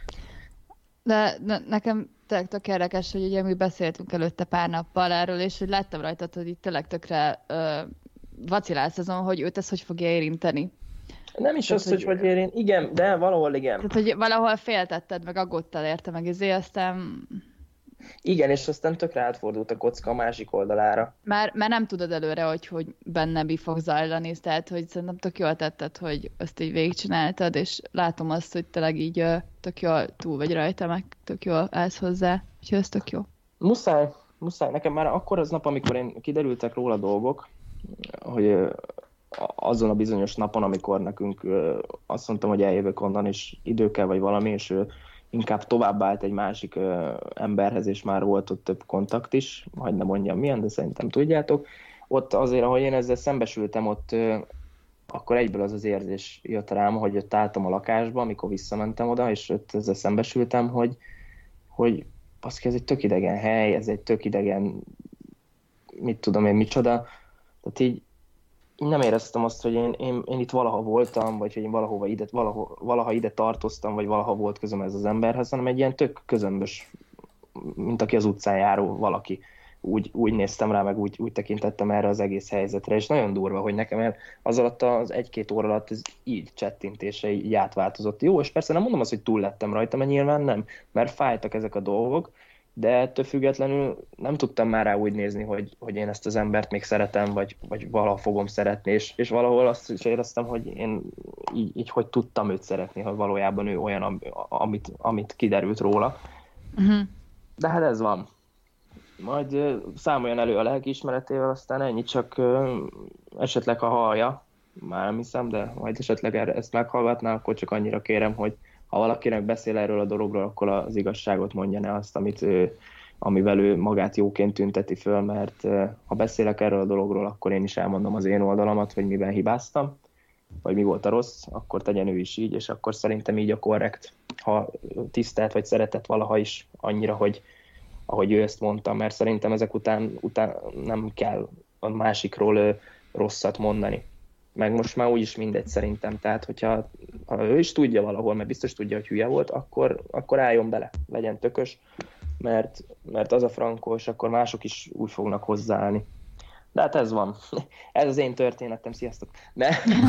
De ne, nekem tényleg tök érdekes, hogy ugye mi beszéltünk előtte pár nappal erről, és hogy láttam rajtad, hogy itt tényleg tökre ö, vacilálsz azon, hogy őt ez hogy fogja érinteni. Nem is Tehát, az, hogy hogy- hogy érén, igen, de valahol igen. Tehát, hogy valahol féltetted, meg aggódtál érte, meg ezért aztán Igen, és aztán tökre átfordult a kocka a másik oldalára. már, már nem tudod előre, hogy, hogy benne mi fog zajlani, tehát hogy szerintem tök jól tetted, hogy ezt így végigcsináltad, és látom azt, hogy tényleg így ö, tök jól túl vagy rajta, meg tök jól állsz hozzá, úgyhogy ez tök jó. Muszáj, muszáj. Nekem már akkor az nap, amikor én kiderültek róla dolgok, hogy ö, azon a bizonyos napon, amikor nekünk ö, azt mondtam, hogy eljövök onnan, és idő kell, vagy valami, és ö, inkább továbbállt egy másik ö, emberhez, és már volt ott több kontakt is, majd nem mondjam milyen, de szerintem tudjátok. Ott azért, ahogy én ezzel szembesültem, ott ö, akkor egyből az az érzés jött rám, hogy ott álltam a lakásba, amikor visszamentem oda, és ott ezzel szembesültem, hogy, hogy baszki, ez egy tök idegen hely, ez egy tök idegen, mit tudom én, micsoda. Tehát így nem éreztem azt, hogy én, én, én itt valaha voltam, vagy hogy én valahova ide, valaho, valaha ide tartoztam, vagy valaha volt közöm ez az emberhez, hanem egy ilyen tök közömbös mint aki az utcán járó valaki. Úgy, úgy néztem rá, meg úgy, úgy tekintettem erre az egész helyzetre, és nagyon durva, hogy nekem az alatt az egy-két óra alatt ez így csettintése így átváltozott. Jó, és persze nem mondom azt, hogy túl lettem rajta, mert nyilván nem, mert fájtak ezek a dolgok, de ettől függetlenül nem tudtam már rá úgy nézni, hogy, hogy én ezt az embert még szeretem, vagy, vagy valahol fogom szeretni, és, és valahol azt is éreztem, hogy én így, így hogy tudtam őt szeretni, hogy valójában ő olyan, amit, amit kiderült róla. Uh-huh. De hát ez van. Majd uh, számoljon elő a lelkiismeretével, aztán ennyi, csak uh, esetleg ha hallja, már nem hiszem, de majd esetleg erre, ezt meghallgatná, akkor csak annyira kérem, hogy ha valakinek beszél erről a dologról, akkor az igazságot mondja, ne azt, amit ő, amivel ő magát jóként tünteti föl, mert uh, ha beszélek erről a dologról, akkor én is elmondom az én oldalamat, hogy miben hibáztam, vagy mi volt a rossz, akkor tegyen ő is így, és akkor szerintem így a korrekt, ha tisztelt vagy szeretett valaha is annyira, hogy ahogy ő ezt mondta, mert szerintem ezek után, után nem kell a másikról ö, rosszat mondani. Meg most már úgyis mindegy szerintem, tehát hogyha ha ő is tudja valahol, mert biztos tudja, hogy hülye volt, akkor, akkor álljon bele, legyen tökös, mert, mert az a frankos, akkor mások is úgy fognak hozzáállni. De hát ez van. Ez az én történetem. Sziasztok! Ne.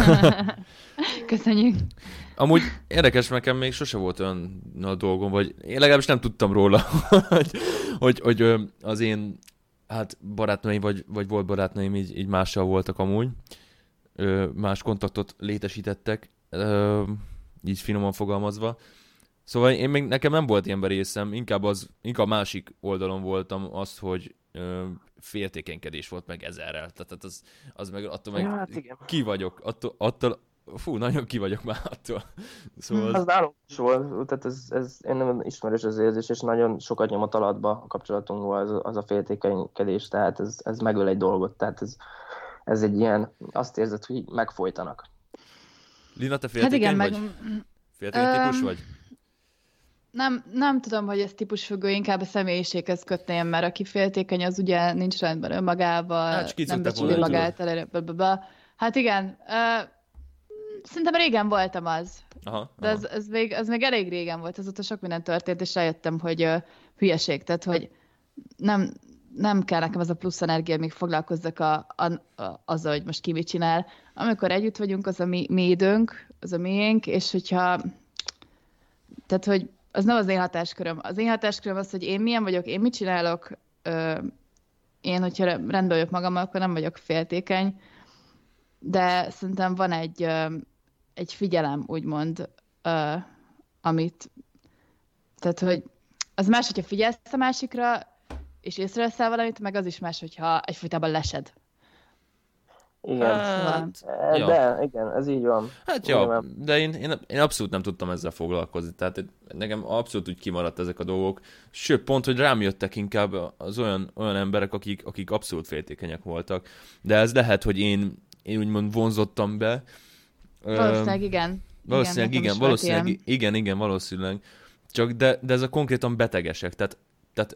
Köszönjük! Amúgy érdekes, nekem még sose volt olyan a dolgom, vagy én legalábbis nem tudtam róla, hogy, hogy, hogy az én hát barátnőim, vagy, vagy volt barátnőim így, így mással voltak amúgy. Más kontaktot létesítettek, így finoman fogalmazva. Szóval én még nekem nem volt ilyen berészem, inkább az, inkább másik oldalon voltam az, hogy féltékenykedés volt meg ezerrel. Tehát az, az meg attól meg hát ki vagyok, attól, attól, fú, nagyon ki vagyok már attól. Szóval az... Az nálunk is volt, tehát ez, ez én nem ismerős az érzés, és nagyon sokat nyomott alatba a kapcsolatunkban az, az a féltékenykedés, tehát ez, ez megöl egy dolgot, tehát ez, ez egy ilyen, azt érzed, hogy megfojtanak. Lina, te féltékeny hát vagy? Meg... Féltékeny típus vagy? Nem, nem tudom, hogy ez típusfüggő, inkább a személyiséghez kötném, mert aki féltékeny, az ugye nincs rendben önmagával, hát, nem becsüli magát. Elére, hát igen, uh, szerintem régen voltam az, aha, aha. de ez, ez, még, ez még elég régen volt, azóta sok minden történt, és rájöttem, hogy uh, hülyeség, tehát hogy nem, nem kell nekem az a plusz energia, még foglalkozzak a, a, a, azzal, hogy most ki mit csinál. Amikor együtt vagyunk, az a mi, mi időnk, az a miénk, és hogyha, tehát hogy az nem az én hatásköröm. Az én hatásköröm az, hogy én milyen vagyok, én mit csinálok, ö, én, hogyha rendben vagyok magammal, akkor nem vagyok féltékeny, de szerintem van egy, ö, egy figyelem, úgymond, ö, amit, tehát, hogy az más, hogyha figyelsz a másikra, és észreveszel valamit, meg az is más, hogyha egyfolytában lesed. Igen, hát, de ja. igen, ez így van. Hát ja, de én, én, én abszolút nem tudtam ezzel foglalkozni, tehát nekem abszolút úgy kimaradt ezek a dolgok, sőt, pont, hogy rám jöttek inkább az olyan, olyan emberek, akik, akik abszolút féltékenyek voltak, de ez lehet, hogy én, én úgymond vonzottam be. Valószínűleg igen. Valószínűleg igen, igen valószínűleg igen, igen, valószínűleg. Csak de, de ez a konkrétan betegesek, tehát, tehát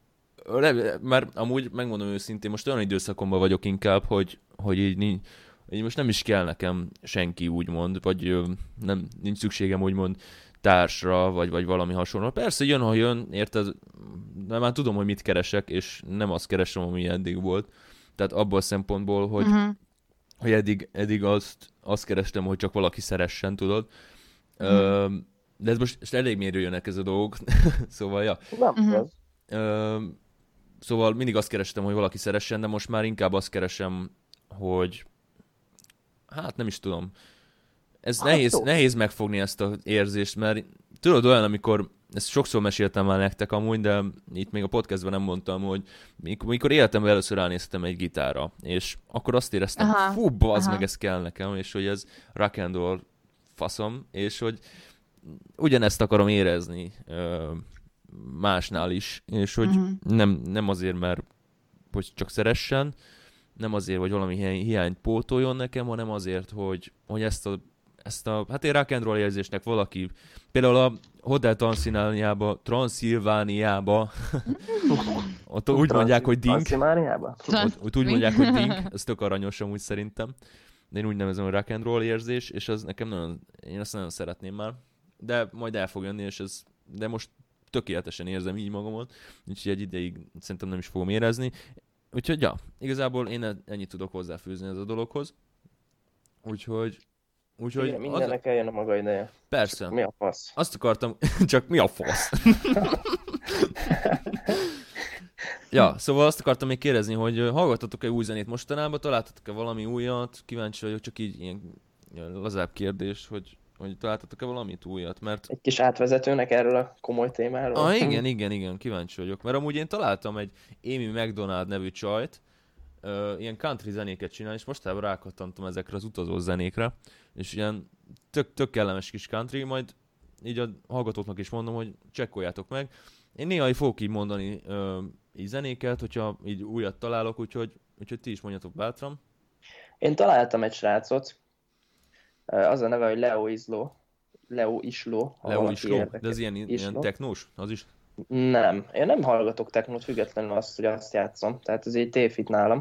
mert amúgy megmondom őszintén, most olyan időszakomban vagyok inkább, hogy, hogy így, így most nem is kell nekem senki úgymond, vagy nem, nincs szükségem úgymond társra, vagy, vagy valami hasonló. Persze jön, ha jön, érted, de már tudom, hogy mit keresek, és nem azt keresem, ami eddig volt. Tehát abból a szempontból, hogy, uh-huh. hogy eddig, eddig azt, azt kerestem, hogy csak valaki szeressen, tudod. Uh-huh. Ö, de ez most elég mérő jönnek ez a dolgok. Szóval, ja. Nem uh-huh. Ö, Szóval mindig azt kerestem, hogy valaki szeressen, de most már inkább azt keresem, hogy hát nem is tudom. Ez hát nehéz, nehéz megfogni ezt az érzést, mert tudod olyan, amikor, ezt sokszor meséltem már nektek amúgy, de itt még a podcastban nem mondtam, hogy mikor életemben először ránéztem egy gitárra, és akkor azt éreztem, aha, fú, bazd meg, ez kell nekem, és hogy ez rock and roll faszom, és hogy ugyanezt akarom érezni másnál is, és hogy uh-huh. nem, nem azért, mert hogy csak szeressen, nem azért, hogy valami hiányt pótoljon nekem, hanem azért, hogy, hogy ezt a, ezt a, hát én rock and roll érzésnek valaki, például a Hotel Transzilvániába, Transzilvániába, ott úgy mondják, hogy dink. Ott, ott úgy mondják, hogy dink, ez tök aranyos amúgy szerintem, de én úgy nevezem, hogy rock and roll érzés, és az nekem nagyon, én ezt nagyon szeretném már, de majd el fog jönni, és ez, de most tökéletesen érzem így magamat, úgyhogy egy ideig szerintem nem is fogom érezni. Úgyhogy ja, igazából én ennyit tudok hozzáfűzni ez a dologhoz. Úgyhogy... úgyhogy Igen, mindennek az... eljön a maga ideje. Persze. Csak mi a fasz? Azt akartam, csak mi a fasz? Ja, szóval azt akartam még kérdezni, hogy hallgattatok-e új zenét mostanában, találtatok-e valami újat? Kíváncsi vagyok, csak így ilyen lazább kérdés, hogy, hogy találtatok-e valamit újat, mert... Egy kis átvezetőnek erről a komoly témáról. Ah, igen, igen, igen, kíváncsi vagyok, mert amúgy én találtam egy Amy McDonald nevű csajt, uh, ilyen country zenéket csinál, és mostában rákattantam ezekre az utazó zenékre, és ilyen tök, tök kellemes kis country, majd így a hallgatóknak is mondom, hogy csekkoljátok meg. Én néha így fogok így mondani uh, így zenéket, hogyha így újat találok, úgyhogy, úgyhogy ti is mondjatok bátran. Én találtam egy srácot, az a neve, hogy Leo Islo. Leo Islo. Leo Islo? De ez ilyen, ilyen technós? Az is? Nem. Én nem hallgatok technót, függetlenül azt, hogy azt játszom. Tehát ez egy tévhit nálam.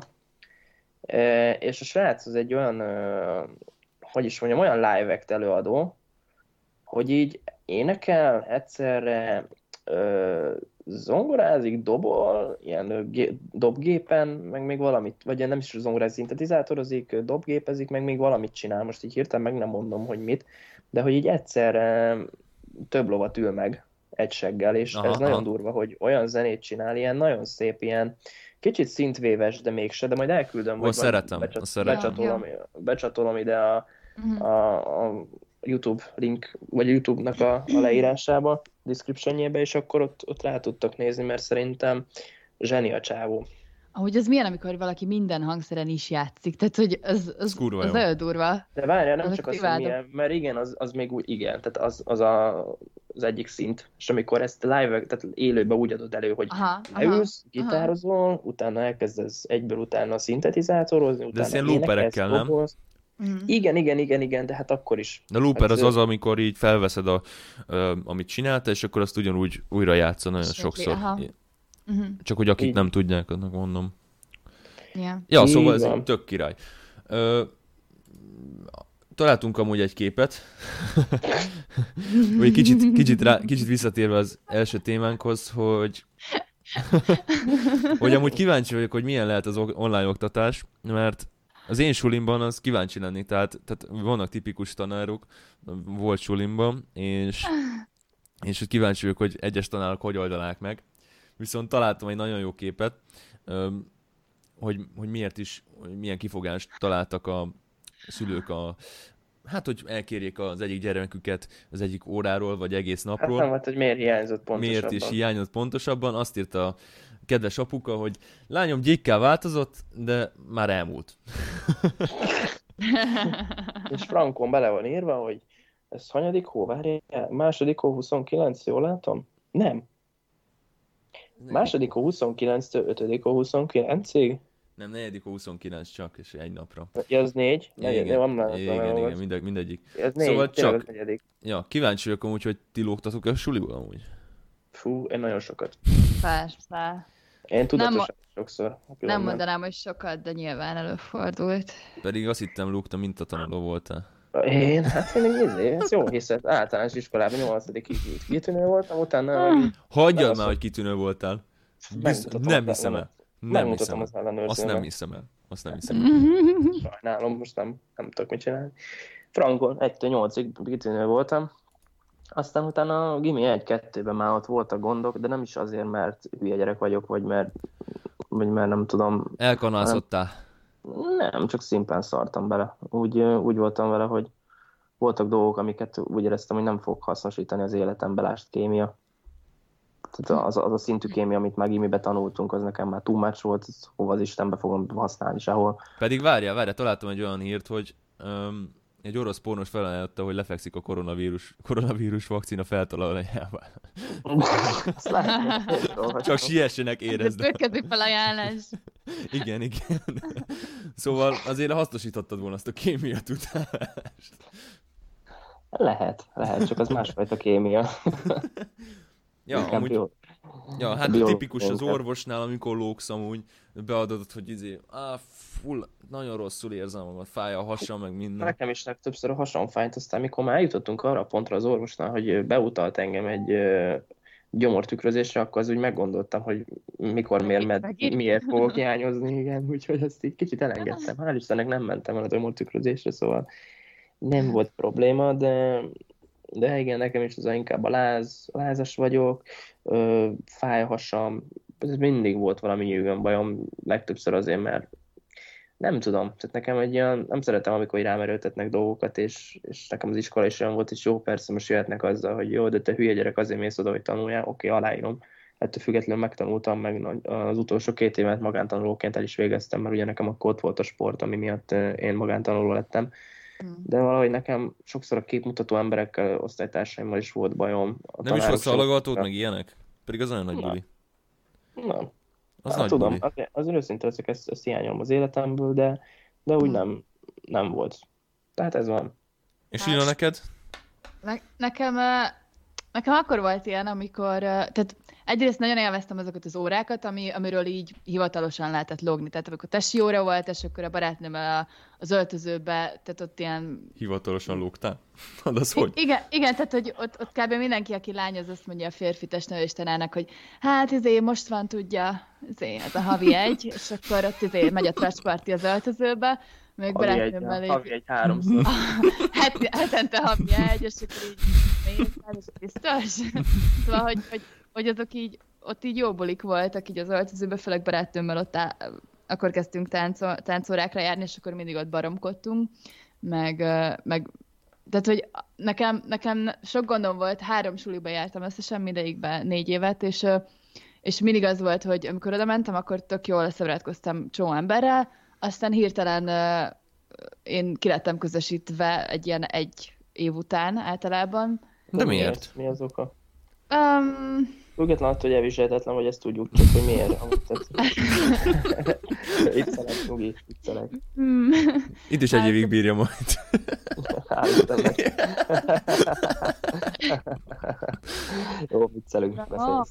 E, és a srác az egy olyan, hogy is mondjam, olyan live act előadó, hogy így énekel egyszerre, ö, zongorázik, dobol, ilyen gé- dobgépen, meg még valamit, vagy nem is zongorázik, szintetizátorozik, dobgépezik, meg még valamit csinál. Most így hirtelen meg nem mondom, hogy mit, de hogy így egyszerre több lovat ül meg egy seggel, és aha, ez aha. nagyon durva, hogy olyan zenét csinál, ilyen nagyon szép, ilyen kicsit szintvéves, de mégse, de majd elküldöm, hogy szeretem, becsat- szeretem. Becsatolom, becsatolom ide a, a, a YouTube link, vagy YouTube-nak a, a leírásába, descriptionjébe, és akkor ott, ott rá tudtok nézni, mert szerintem zseni a csávó. Ahogy az milyen, amikor valaki minden hangszeren is játszik, tehát hogy az, az, az, az nagyon durva. De várjál, nem az csak az, hogy milyen, mert igen, az, az még úgy, igen, tehát az, az a, az egyik szint, és amikor ezt live, tehát élőben úgy adod elő, hogy aha, leülsz, aha, gitározol, aha. utána elkezdesz egyből utána szintetizátorozni, utána de ez ilyen looperekkel, nem? Mm. Igen, igen, igen, igen, de hát akkor is. A looper hát, az az, amikor így felveszed, a, uh, amit csinálta, és akkor azt ugyanúgy újra játszol nagyon sokszor. Aha. Uh-huh. Csak hogy akik így nem tudják, annak mondom. Yeah. Ja, szóval ez így tök király. Uh, találtunk amúgy egy képet. Vagy kicsit, kicsit, rá, kicsit visszatérve az első témánkhoz, hogy hogy amúgy kíváncsi vagyok, hogy milyen lehet az online oktatás, mert az én sulimban az kíváncsi lennék, tehát, tehát vannak tipikus tanárok, volt sulimban, és, és kíváncsi vagyok, hogy egyes tanárok hogy oldanák meg. Viszont találtam egy nagyon jó képet, hogy, hogy miért is, hogy milyen kifogást találtak a szülők a, hát, hogy elkérjék az egyik gyermeküket az egyik óráról, vagy egész napról. Hát nem, hát, hogy miért hiányzott pontosabban. Miért is hiányzott pontosabban, azt írta a kedves apuka, hogy lányom gyíkká változott, de már elmúlt. És frankon bele van írva, hogy ez hanyadik hó, várjál, második hó huszonkilenc, jól látom? Nem. Második hó huszonkilenctől ötödik hó huszonkilencig? Nem, negyedik hó huszonkilenc csak, és egy napra. Ja, az négy? Negyedik, igen, van már, igen, igen, igen mindegy, mindegyik. Ez négy, szóval csak, negyedik. Ja, kíváncsi vagyok amúgy, hogy ti lógtatok-e a suliból amúgy? Fú, én nagyon sokat. Persze. Én tudatosan sokszor. Nem mondanám, hogy sokat, de nyilván előfordult. Pedig azt hittem, lógta mintatanuló voltál. Én? Hát én így nézni, ez jó hiszed. Általános iskolában nyolcadik kitűnő voltam, utána... Hagyjad már, hogy kitűnő voltál. Bizt... Nem hiszem el. Nem hiszem el. el. Azt nem hiszem el. Azt nem hiszem el. Sajnálom, most nem, nem tudok mit csinálni. Frankon egytől nyolcig kitűnő voltam. Aztán utána a gimi egy-kettőben már ott voltak gondok, de nem is azért, mert hülye gyerek vagyok, vagy mert, vagy mert nem tudom... Elkanászottál. Nem, nem, csak szimplán szartam bele. Úgy, úgy voltam vele, hogy voltak dolgok, amiket úgy éreztem, hogy nem fog hasznosítani az életembe, lásd kémia. Tehát az, az a szintű kémia, amit már gimibe tanultunk, az nekem már too much volt, hova az Istenbe fogom használni sehol. Pedig várjál, várjál, találtam egy olyan hírt, hogy um, egy orosz pornos felajánlotta, hogy lefekszik a koronavírus, koronavírus vakcina feltalálójával. Csak siessenek, érezd. Ez következő felajánlás. Igen, igen. Szóval azért hasznosítottad volna azt a kémia tudást. Lehet, lehet, csak az másfajta kémia. Ja, amúgy, ja, hát bio, tipikus az orvosnál, amikor lógsz amúgy, beadod, hogy izé, á, full, nagyon rosszul érzem magam, fáj a hasam, meg minden. Nekem is legtöbbször a hasam fájt, aztán mikor már eljutottunk arra a pontra az orvosnál, hogy beutalt engem egy gyomortükrözésre, akkor az úgy meggondoltam, hogy mikor, miért, med, miért fogok hiányozni, igen, úgyhogy ezt így kicsit elengedtem. Hál' Istennek nem mentem el a gyomortükrözésre, szóval nem volt probléma, de, de igen, nekem is az inkább a láz, lázas vagyok, ö, fáj a hasam, ez mindig volt valami nyűgön bajom, legtöbbször azért, mert nem tudom, tehát nekem egy ilyen, nem szeretem, amikor rám erőltetnek dolgokat, és, és nekem az iskola is olyan volt, és jó, persze most jöhetnek azzal, hogy jó, de te hülye gyerek, azért mész oda, hogy tanuljál, oké, aláírom. Ettől függetlenül megtanultam, meg az utolsó két évet magántanulóként el is végeztem, mert ugye nekem akkor ott volt a sport, ami miatt én magántanuló lettem. De valahogy nekem sokszor a képmutató emberekkel, osztálytársaimmal is volt bajom. A nem is volt szalagatód, meg ilyenek? Pedig az nagyon nagy buli. Nem. Az hát, nagy tudom, buli. az, az őszinte leszek, ezt, ezt hiányolom az életemből, de, de úgy nem, nem volt. Tehát ez van. És Ina, neked? Ne- nekem, ö, nekem akkor volt ilyen, amikor, ö, tehát egyrészt nagyon élveztem azokat az órákat, ami, amiről így hivatalosan lehetett logni. Tehát amikor tesi óra volt, és akkor a barátnőmmel az öltözőbe, tehát ott ilyen... Hivatalosan lógtál? Hát az hogy? Igen, igen, tehát hogy ott, ott kb. Mindenki, aki lány, az azt mondja a férfi testneveléstanának, hogy hát izé, most van, tudja, izé, ez a havi egy, és akkor ott izé megy a tracsparti az öltözőbe, még barátnőmmel így... Havi egy háromszor. Het, hetente havi egy, és akkor így nézd, és biztos. Szóval, hogy, hogy, hogy azok így, ott így jó bulik voltak, így az öltözőbe, főleg barátnőmmel ott áll, akkor kezdtünk tánco, táncórákra járni, és akkor mindig ott baromkodtunk, meg, meg tehát, hogy nekem, nekem sok gondom volt, három suliba jártam összesen mindegyikben négy évet, és, és mindig az volt, hogy amikor oda mentem, akkor tök jól összebarátkoztam csomó emberrel, aztán hirtelen én ki lettem közösítve egy ilyen egy év után általában. De miért? Mi az oka? Um, Független attól, hogy elviselhetetlen, hogy ezt tudjuk, csak hogy miért. Viccelek, Nugi, viccelek. hmm. Itt is egy évig bírja majd. Hál' Istennek. Jó, viccelünk, beszélsz.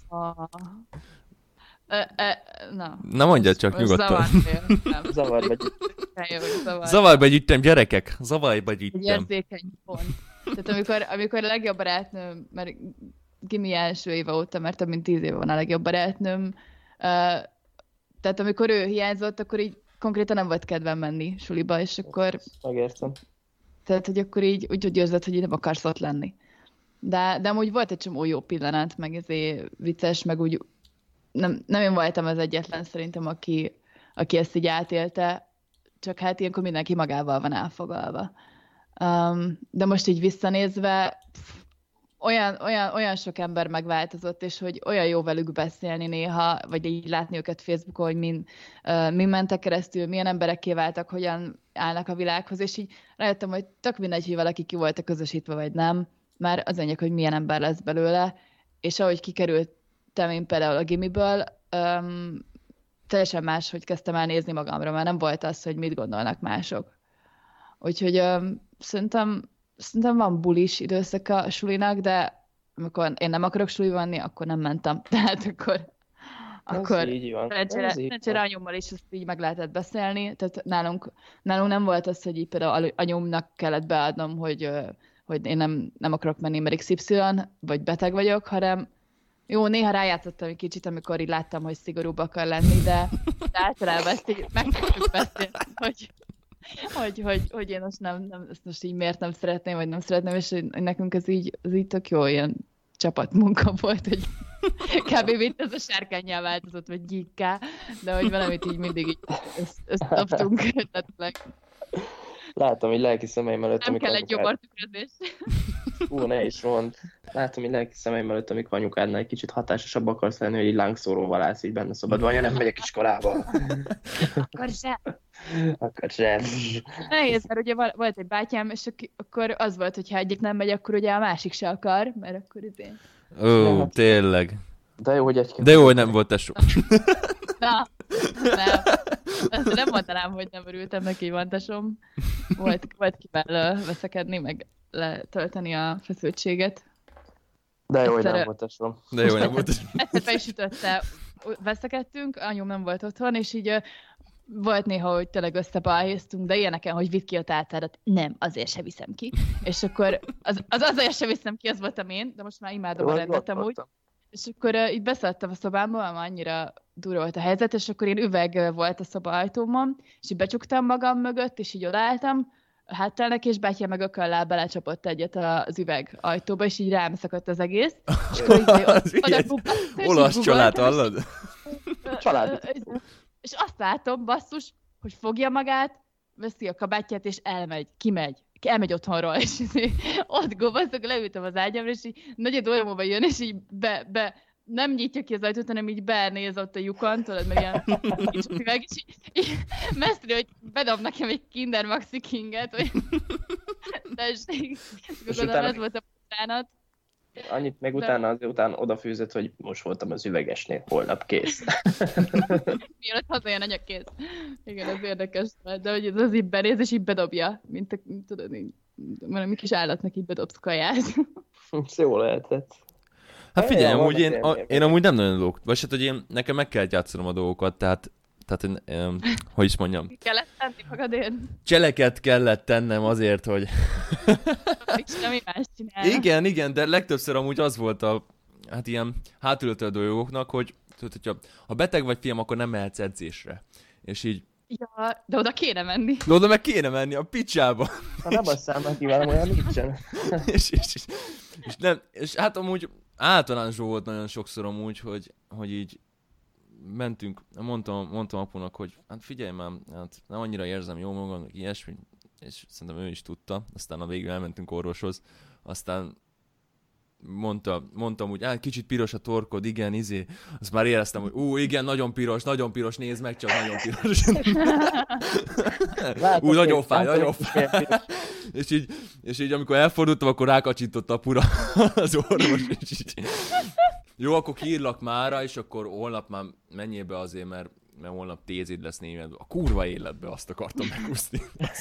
Na. Na mondjad csak nyugodtan. Zavarba gyűjtem. Zavarba gyűjtem, gyerekek. Zavarba Egy gyűjtem. érzékeny pont. Tehát amikor, amikor a legjobb barátnőm, mert gimi első éve óta, mert több mint tíz éve van a legjobb barátnőm, uh, tehát amikor ő hiányzott, akkor így konkrétan nem volt kedvem menni suliba, és akkor... Megértem. Tehát, hogy akkor így úgy, úgy érzed, hogy így nem akarsz ott lenni. De, de amúgy volt egy csomó jó pillanat, meg ezért vicces, meg úgy nem, nem én voltam az egyetlen szerintem, aki, aki ezt így átélte, csak hát ilyenkor mindenki magával van elfogalva. Um, de most így visszanézve, pff, olyan, olyan, olyan sok ember megváltozott, és hogy olyan jó velük beszélni néha, vagy így látni őket Facebookon, hogy min, uh, min mentek keresztül, milyen emberekké váltak, hogyan állnak a világhoz, és így rájöttem, hogy tök mindegy, hogy valaki ki volt-e közösítve, vagy nem, már az anyag, hogy milyen ember lesz belőle, és ahogy kikerültem én például a gimiből, um, teljesen más, hogy kezdtem el nézni magamra, mert nem volt az, hogy mit gondolnak mások. Úgyhogy um, szerintem, szerintem van bulis időszaka a sulinak, de amikor én nem akarok suliba menni, akkor nem mentem. Tehát akkor... akkor szerencsére anyummal is ezt így meg lehetett beszélni. Tehát nálunk, nálunk nem volt az, hogy így például anyumnak kellett beadnom, hogy, hogy én nem, nem akarok menni, mert iksz ipszilon, vagy beteg vagyok, hanem jó, néha rájátszottam egy kicsit, amikor így láttam, hogy szigorúbb akar lenni, de, de általában ezt így meg tudjuk beszélni, hogy, hogy, hogy, hogy én most, nem, nem, ezt most így miért nem szeretném, vagy nem szeretném, és hogy nekünk ez így, ez így tök jó, ilyen csapatmunka volt, hogy kb. Mint ez a sárkánnyá változott, vagy gyíkká, de hogy valamit így mindig így összedobtunk. Látom, hogy lelki szemeim előtt, nem kell egy gyomortükrözés. Ú, ne is mond. Látom, hogy lelki szemeim előtt, amikor anyukádnál egy kicsit hatásosabb akarsz lenni, hogy így lángszóróval állsz így benne szabadban. Anya, nem megyek iskolába. Akkor sem. Akkor sem. Nehéz, mert ugye volt egy bátyám, és akkor az volt, hogy ha egyik nem megy, akkor ugye a másik se akar, mert akkor izé... Ó, tényleg. De jó, hogy egy... De jó, hogy nem volt tesó. Na, nem. Azt nem mondanám, hogy nem örültem neki, van tesom. Volt, volt kivel veszekedni, meg letölteni a feszültséget. De jó, hogy Egyszer, nem volt tesom. De jó, hogy nem volt tesó. Egyszer be is ütötte, veszekedtünk, anyum nem volt otthon, és így volt néha, hogy tényleg összebalhéztunk, de ilyeneken, hogy vidd ki a tálcádat. Nem, azért se viszem ki. És akkor az, az azért se viszem ki, az voltam én, de most már imádom a rendet amúgy. És akkor uh, így beszaladtam a szobámba, mert annyira durva volt a helyzet, és akkor én üveg uh, volt a szoba ajtómon, és így becsuktam magam mögött, és így odaálltam a háttelnek, és Bátya meg ököllel belecsapott egyet az üveg ajtóba, és így rám szakadt az egész. És akkor így oda guggoltam, és olasz így család, guggoltam, hallod? Család. és, és azt látom, basszus, hogy fogja magát, veszi a kabátját, és elmegy, kimegy. Elmegy otthonról, és így, ott gobaszok, leültem az ágyamra, és így nagyon dolgomba jön, és így be, be, nem nyitja ki az ajtót, hanem így benéz ott a lyukon, tudod, meg ilyen kis üveg, és így, így messzire, hogy bedob nekem egy Kinder Maxi Kinget, vagy tessék, és utána... ez volt a bocsánat. Annyit meg De... utána azért utána odafűzött, hogy most voltam az üvegesnél, holnap kész. Mielőtt hazajön anya kész. Igen, ez érdekes. De hogy ez az így benéz, és így bedobja, mint a, tudod, így, valami kis állatnak így bedobsz kaját. Ez jó lehetett. Hát figyelj, Ja, amúgy én, ilyen, a, ilyen. én amúgy nem nagyon dolgok. Vagy hát, hogy én, nekem meg kellett játszanom a dolgokat, tehát, tehát én, um, hogy is mondjam, Ki kellett tenni magadért? cseleket kellett tennem azért, hogy... Isten, mi más csinál? Igen, igen, de legtöbbször amúgy az volt a, hát ilyen hátulütő dolgoknak, hogy tudod, hogyha ha beteg vagy fiam, akkor nem mehetsz edzésre. És így, Ja, de oda kéne menni. de oda meg kéne menni a picsába. Ha nem azt számol ki velem, olyan nincsen. és, és, és, és, nem, és hát amúgy általános volt nagyon sokszor amúgy, hogy, hogy így mentünk, mondtam, mondtam apunak, hogy hát figyelj már, hát nem annyira érzem jól magam, meg ilyesmi, és szerintem ő is tudta, aztán a végül elmentünk orvoshoz, aztán mondta, mondtam úgy, hát kicsit piros a torkod, igen, izé, azt már éreztem, hogy ú, igen, nagyon piros, nagyon piros, nézd meg, csak nagyon piros. Ú, nagyon fáj, nagyon fáj. és, így, és így amikor elfordultam, akkor rákacsintott a pura az orvos, és így, jó, akkor kiírlak mára, és akkor holnap már menjél be azért, mert, mert holnap tézid lesz német. A kurva életbe azt akartam megúszni.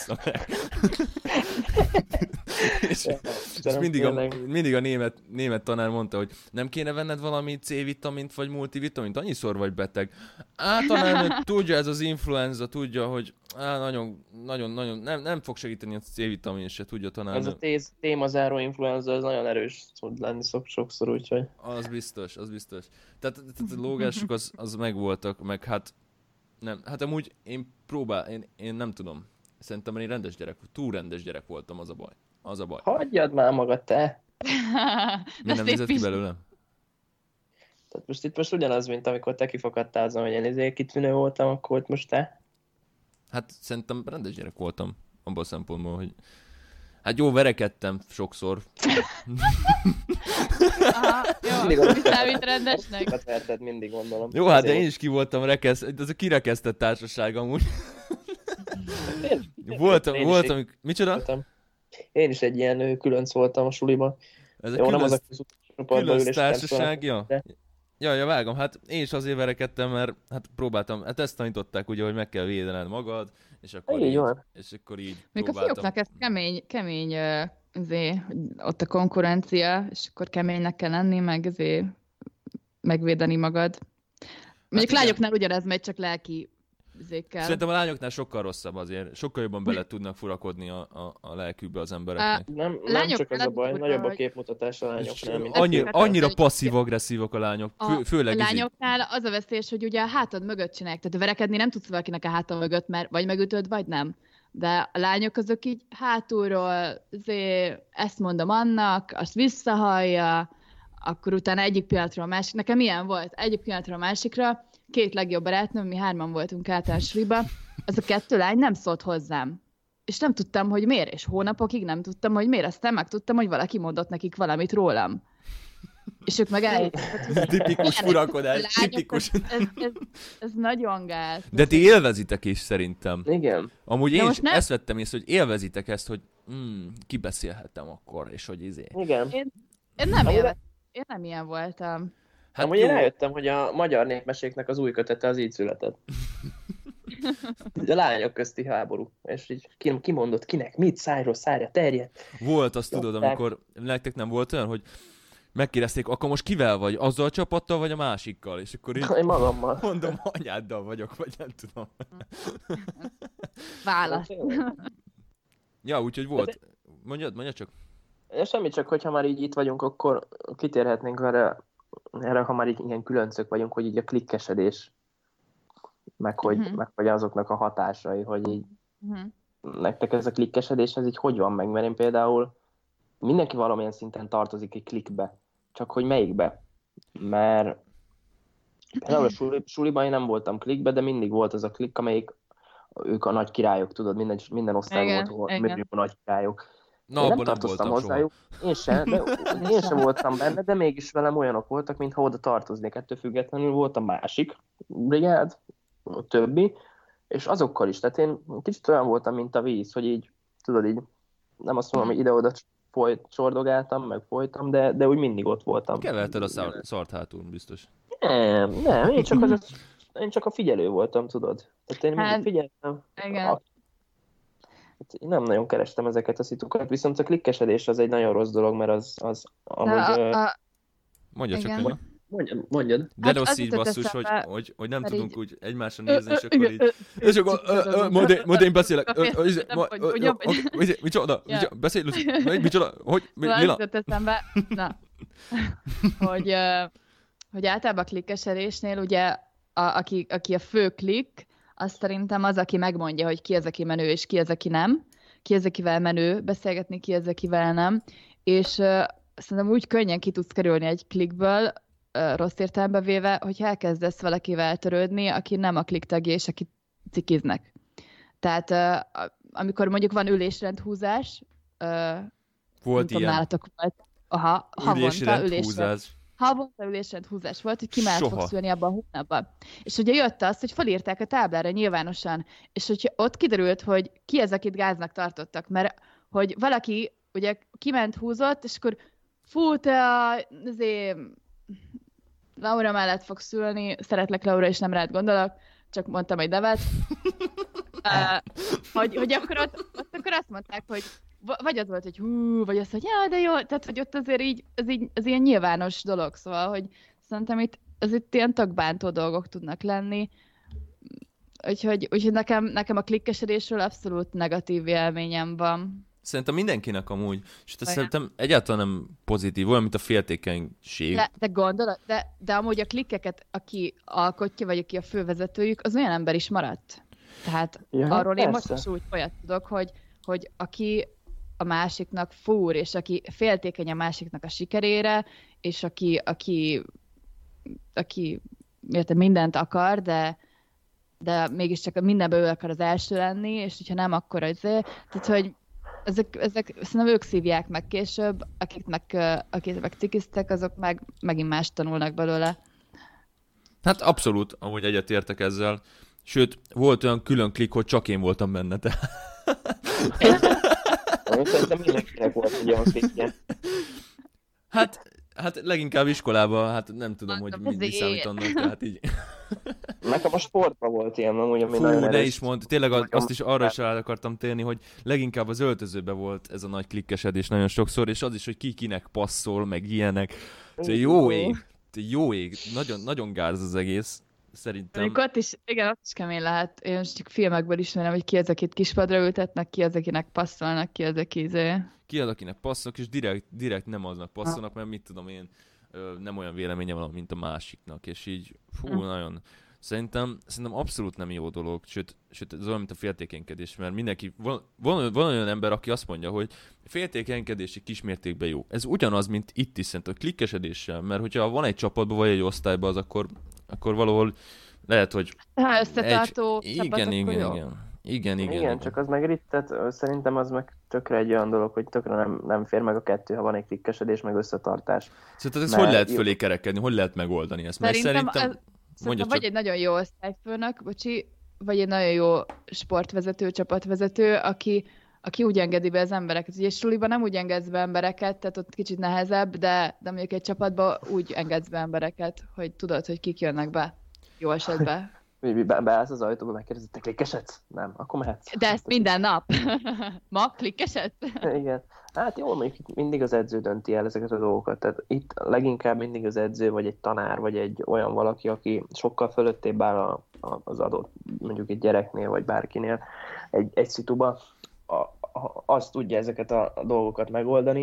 és, és mindig, a, mindig a német, német tanár mondta, hogy nem kéne venned valami C-vitamint vagy multivitamint, annyiszor vagy beteg. Á, tanárnő, tudja, ez az influenza, tudja, hogy á, nagyon, nagyon, nagyon, nem, nem fog segíteni a C-vitamin, se tudja tanárnő. Ez a téz, témazáró influenza, ez nagyon erős tud lenni szok, sokszor, úgyhogy... Az biztos, az biztos. Tehát, tehát a lógások az, az megvoltak, meg hát nem, hát amúgy én próbál, én, én nem tudom. Szerintem én rendes gyerek, túl rendes gyerek voltam, az a baj. Az a baj. Hagyjad már magad, te! Mi nem nézett ki belőlem? Tehát most itt most ugyanaz, mint amikor te kifakadtál azon, hogy én ezért kitűnő voltam, akkor itt most te. Hát szerintem rendes gyerek voltam, abban a szempontból, hogy hát jó, verekedtem sokszor. Aha, jó, Mindig mi számít rendesnek? Sokat verted, mindig gondolom. Jó, hát de én is ki voltam rekesz, ez a kirekesztett társaság amúgy. voltam, Én voltam, is micsoda? voltam. Én is egy ilyen ő, különc voltam a suliban. Ez a Jó, nem az a különc, közútcsoportban különc ülés, társaság, ja. de- Ja, ja, vágom, hát én is azért verekedtem, mert hát próbáltam, hát ezt tanították ugye, hogy meg kell védened magad, és akkor Így így, van. és akkor így Még a próbáltam. fiúknak ez kemény, kemény ö, azért, hogy ott a konkurencia, és akkor keménynek kell lenni, meg azért megvédeni magad. Mondjuk igen. lányoknál ugyanez megy, csak lelki zékkel. Szerintem a lányoknál sokkal rosszabb azért, sokkal jobban bele tudnak furakodni a, a, a lelkükbe az embereknek. Nem, nem Lányok csak ez a baj, furcsa, nagyobb a hogy- képmutatás a lányoknál, mint Annyi, Hát annyira ez- passzív-agresszívak a lányok, fő, A főleg izé. lányoknál az a veszélyes, hogy ugye a hátad mögött csinálják. Tehát verekedni nem tudsz valakinek a háta mögött, mert vagy megütöd, vagy nem. De a lányok azok így hátulról, azért ezt mondom annak, azt visszahallja, akkor utána egyik pillanatról a másik. Nekem ilyen volt, egyik pillanatról a másikra, két legjobb barátnőm, mi hárman voltunk általános suliba, az a kettő lány nem szólt hozzám. És nem tudtam, hogy miért, és hónapokig nem tudtam, hogy miért. Aztán megtudtam, hogy valaki mondott nekik valamit rólam. És ők meg elhittek. Tipikus furakodás, tipikus. Ez, ez, ez, ez nagyon gáz. De ti élvezitek is szerintem. Igen. Amúgy De én is most nem- ezt vettem észre, hogy élvezitek ezt, hogy mm, kibeszélhettem akkor, és hogy izé. Igen. Én, én nem Amúgy- élve, én nem ilyen voltam. Hát Amúgy jó, én rájöttem, hogy a magyar népmeséknek az új kötete az így született. Ugye a lányok közti háború. És így ki- kimondott kinek, mit, szájról szájra terjedt. volt, azt tudod, Szokták. amikor nektek nem volt olyan, hogy megkérdezték, akkor most kivel vagy? Azzal a csapattal, vagy a másikkal? És akkor így Én magammal. mondom, anyáddal vagyok, vagy nem tudom. Válasz. Ja, úgyhogy volt. Mondjad, mondjad csak. Ja, semmi, csak hogyha már így itt vagyunk, akkor kitérhetnénk erre erre, ha már így ilyen különcök vagyunk, hogy így a klikkesedés, meg hogy, Mhm. meg hogy azoknak a hatásai, hogy így Mhm. nektek ez a klikkesedés, ez így hogy van meg? Mert én például mindenki valamilyen szinten tartozik egy klikbe, csak hogy melyikbe? Mert például a suli, suliban én nem voltam klikbe, de mindig volt az a klik, amelyik ők a nagy királyok, tudod, minden, minden osztály Igen, volt, igen. millió nagy királyok. Na, Én nem abban nem tartoztam voltam soha. hozzájuk, én sem, de én sem voltam benne, de mégis velem olyanok voltak, mintha oda tartoznék. Ettől függetlenül volt a másik brigád, a többi, és azokkal is. Tehát én kicsit olyan voltam, mint a víz, hogy így, tudod így, nem azt mondom, hogy ide-oda folyt, csordogáltam, meg folytam, de, de úgy mindig ott voltam. Keverted a szár, szart hátul, biztos. Nem, nem, én csak, az, én csak a figyelő voltam, tudod. Tehát én mindig Hát, figyeltem. igen. A- Hát én nem nagyon kerestem ezeket a szitukat, viszont a klikkesedés az egy nagyon rossz dolog, mert az, az amúgy... Na, ö, a, a, Mondja csak, Igen. Kanya. Mondjad, mondjad. De Hát rossz az így jutott basszus, hogy, eszembe, hogy, hogy nem mert tudunk így- úgy egymásra Ö, nézni, és ö, akkor igen, így... ö, És akkor, ö, ö, majd én- majd én beszélek. Ö, ö, izé, Nem ma- vagy, ö, hogy ö, jobb- oké, izé, Micsoda? Ja. Micsoda? Beszélj, Luci. Mi- Micsoda? Hogy? Mi Na, mi az van? jutott eszembe, na, hogy, ö, hogy általában a klikkesedésnél ugye, a, aki, aki a fő klik, az szerintem az, aki megmondja, hogy ki az, aki menő, és ki az, aki nem. Ki az, akivel menő beszélgetni, ki az, akivel nem. És uh, szerintem úgy könnyen ki tudsz kerülni egy klikből, uh, rossz értelembe véve, hogy elkezdesz valakivel törődni, aki nem a klik tagja, és aki cikiznek. Tehát uh, amikor mondjuk van ülésrendhúzás, uh, nem Volt tudom, ilyen. nálatok volt, aha, havonta ülésrend, Ülésrendhúzás. havonta ülésrendhúzás volt, hogy ki már Soha. fogsz ülni abban a hónapban. És ugye jött az, hogy felírták a táblára nyilvánosan, és hogyha ott kiderült, hogy ki az, akit gáznak tartottak, mert hogy valaki ugye kiment, húzott, és akkor fú, te a, azért, Laura mellett fogsz ülni, szeretlek Laura, és nem rád gondolok, csak mondtam egy nevet. uh, hogy, hogy akkor ott, ott akkor azt mondták, hogy v- vagy az volt, hogy hú, vagy az, hogy ja, de jó, tehát hogy ott azért így, ez, így, ez ilyen nyilvános dolog, szóval, hogy szerintem itt, ez itt ilyen tök bántó dolgok tudnak lenni. Úgyhogy, úgyhogy nekem, nekem a klikkesedésről abszolút negatív élményem van. Szerintem mindenkinek amúgy. És ez Olyan. szerintem egyáltalán nem pozitív, olyan, mint a féltékenység. De, de gondolod, de, de amúgy a klikkeket, aki alkotja, vagy aki a fővezetőjük, az olyan ember is maradt. Tehát Ja, arról én most persze. is úgy olyat tudok, hogy, hogy aki a másiknak fúr, és aki féltékeny a másiknak a sikerére, és aki, aki, aki érted, mindent akar, de, de mégiscsak mindenben ő akar az első lenni, és hogyha nem, akkor azért. Tehát, hogy ezek, ezek szerintem ők szívják meg később, akiknek, ö, akik meg cikiztek, azok meg megint más tanulnak belőle. Hát abszolút, amúgy egyetértek ezzel. Sőt, volt olyan külön klik, hogy csak én voltam benne. Te. Én szerintem mindenkinek volt egy olyan klikje. Hát, hát leginkább iskolában, hát nem tudom, hogy mi, mi Azért. számít annak, tehát így. Nekem a sportban volt ilyen, amúgy, ami Fú, nagyon ne erős. is mondd, tényleg az- Nagyon- azt is arra is rá akartam térni, hogy leginkább az öltözőben volt ez a nagy klikkesedés nagyon sokszor, és az is, hogy ki kinek passzol, meg ilyenek. Szóval jó ég, jó ég, nagyon, nagyon gáz az egész, szerintem. Mondjuk ott is, igen, ott is kemény lehet. Én most csak filmekből ismerem, hogy ki az, akit kispadra ültetnek, ki az, akinek passzolnak, ki az, aki izé. Ki az, akinek passzolnak, és direkt, direkt nem aznak passzolnak, mert mit tudom én, ö, nem olyan véleménye van, mint a másiknak, és így, fú, Hm. nagyon... Szerintem, szerintem abszolút nem jó dolog, sőt, sőt ez olyan, mint a féltékenykedés, mert mindenki, van, van, van olyan ember, aki azt mondja, hogy féltékenykedési kismértékben jó. Ez ugyanaz, mint itt is szerintem a klikkesedéssel, mert hogyha van egy csapatban vagy egy osztályban, az akkor, akkor valahol lehet, hogy Ha összetartó egy... csapat, Igen, igen, akkor jó. igen. Igen, igen, Igen, igen. csak az meg itt, tehát ö, szerintem az meg tökre egy olyan dolog, hogy tökre nem, nem fér meg a kettő, ha van egy klikkesedés, meg összetartás. Szerintem ezt Mert hogy lehet jó. fölé kerekedni, hogy lehet megoldani ezt? Mert Szerintem, szerintem... ez, Mondja szerintem csak. vagy egy nagyon jó osztályfőnök, bocsi, vagy egy nagyon jó sportvezető, csapatvezető, aki, aki úgy engedi be az embereket. Ugye suliban nem úgy engedsz be embereket, tehát ott kicsit nehezebb, de, de mondjuk egy csapatban úgy engedsz be embereket, hogy tudod, hogy kik jönnek be. Jó esetben. Be, be, beállsz az ajtóba, megkérdezed, te klikkesedsz? Nem, akkor mehetsz. De ezt minden nap. Ma klikkesedsz? Igen. Hát jó, mondjuk itt mindig az edző dönti el ezeket a dolgokat. Tehát itt leginkább mindig az edző, vagy egy tanár, vagy egy olyan valaki, aki sokkal fölöttébb áll a, a, az adott, mondjuk egy gyereknél, vagy bárkinél egy, egy szituba, a, a, azt tudja ezeket a, a dolgokat megoldani,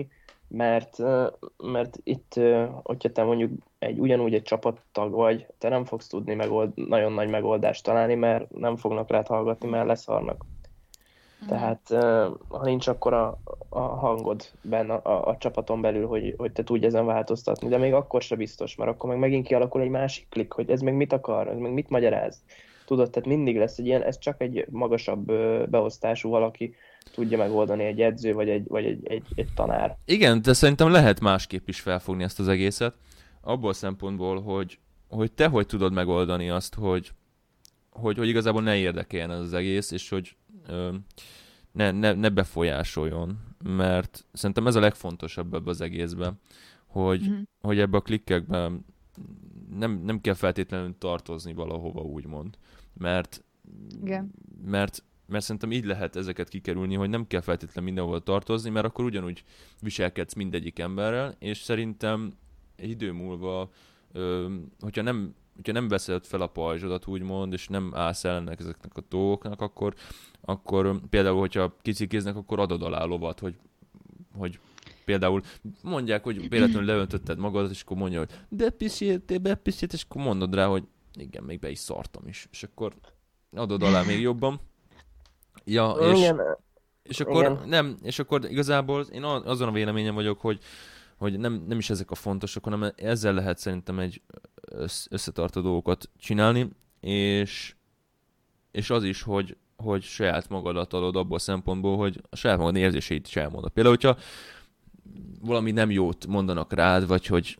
mert, mert itt, hogyha te mondjuk egy, ugyanúgy egy csapattag vagy, te nem fogsz tudni megold, nagyon nagy megoldást találni, mert nem fognak rád hallgatni, mert leszarnak. Tehát ha nincs akkor a, a hangod benne a, a, a csapaton belül, hogy, hogy te tudj ezen változtatni, de még akkor se biztos, mert akkor meg megint kialakul egy másik klik, hogy ez meg mit akar, ez meg mit magyaráz. Tudod, tehát mindig lesz egy ilyen, ez csak egy magasabb beosztású valaki tudja megoldani, egy edző, vagy egy, vagy egy, egy, egy tanár. Igen, de szerintem lehet másképp is felfogni ezt az egészet, abból a szempontból, hogy, hogy te hogy tudod megoldani azt, hogy, hogy, hogy igazából ne érdekeljen ez az egész, és hogy ö, ne, ne, ne befolyásoljon, mert szerintem ez a legfontosabb ebben az egészben, hogy, mm-hmm. hogy ebbe a klikkekben nem, nem kell feltétlenül tartozni valahova, úgymond, mert, Igen. mert mert szerintem így lehet ezeket kikerülni, hogy nem kell feltétlenül mindenhol tartozni, mert akkor ugyanúgy viselkedsz mindegyik emberrel, és szerintem egy idő múlva, ö, hogyha, nem, hogyha nem veszed fel a pajzsodat, úgymond, és nem állsz ellenek ezeknek a dolgoknak, akkor, akkor például, hogyha kicikéznek, akkor adod alá lovat, hogy, hogy például mondják, hogy véletlenül leöntötted magadat, és akkor mondja, hogy bepiszéltél, bepiszélt, és akkor mondod rá, hogy igen, még be is szartam is, és akkor adod alá még jobban. Ja, és, Igen. és akkor Igen. nem, és akkor igazából én azon a véleményem vagyok, hogy, hogy nem, nem is ezek a fontosak, hanem ezzel lehet szerintem egy összetartó dolgokat csinálni, és, és az is, hogy, hogy saját magadat adod abból a szempontból, hogy a saját magad érzéseit is elmondod. Például, hogyha valami nem jót mondanak rád, vagy hogy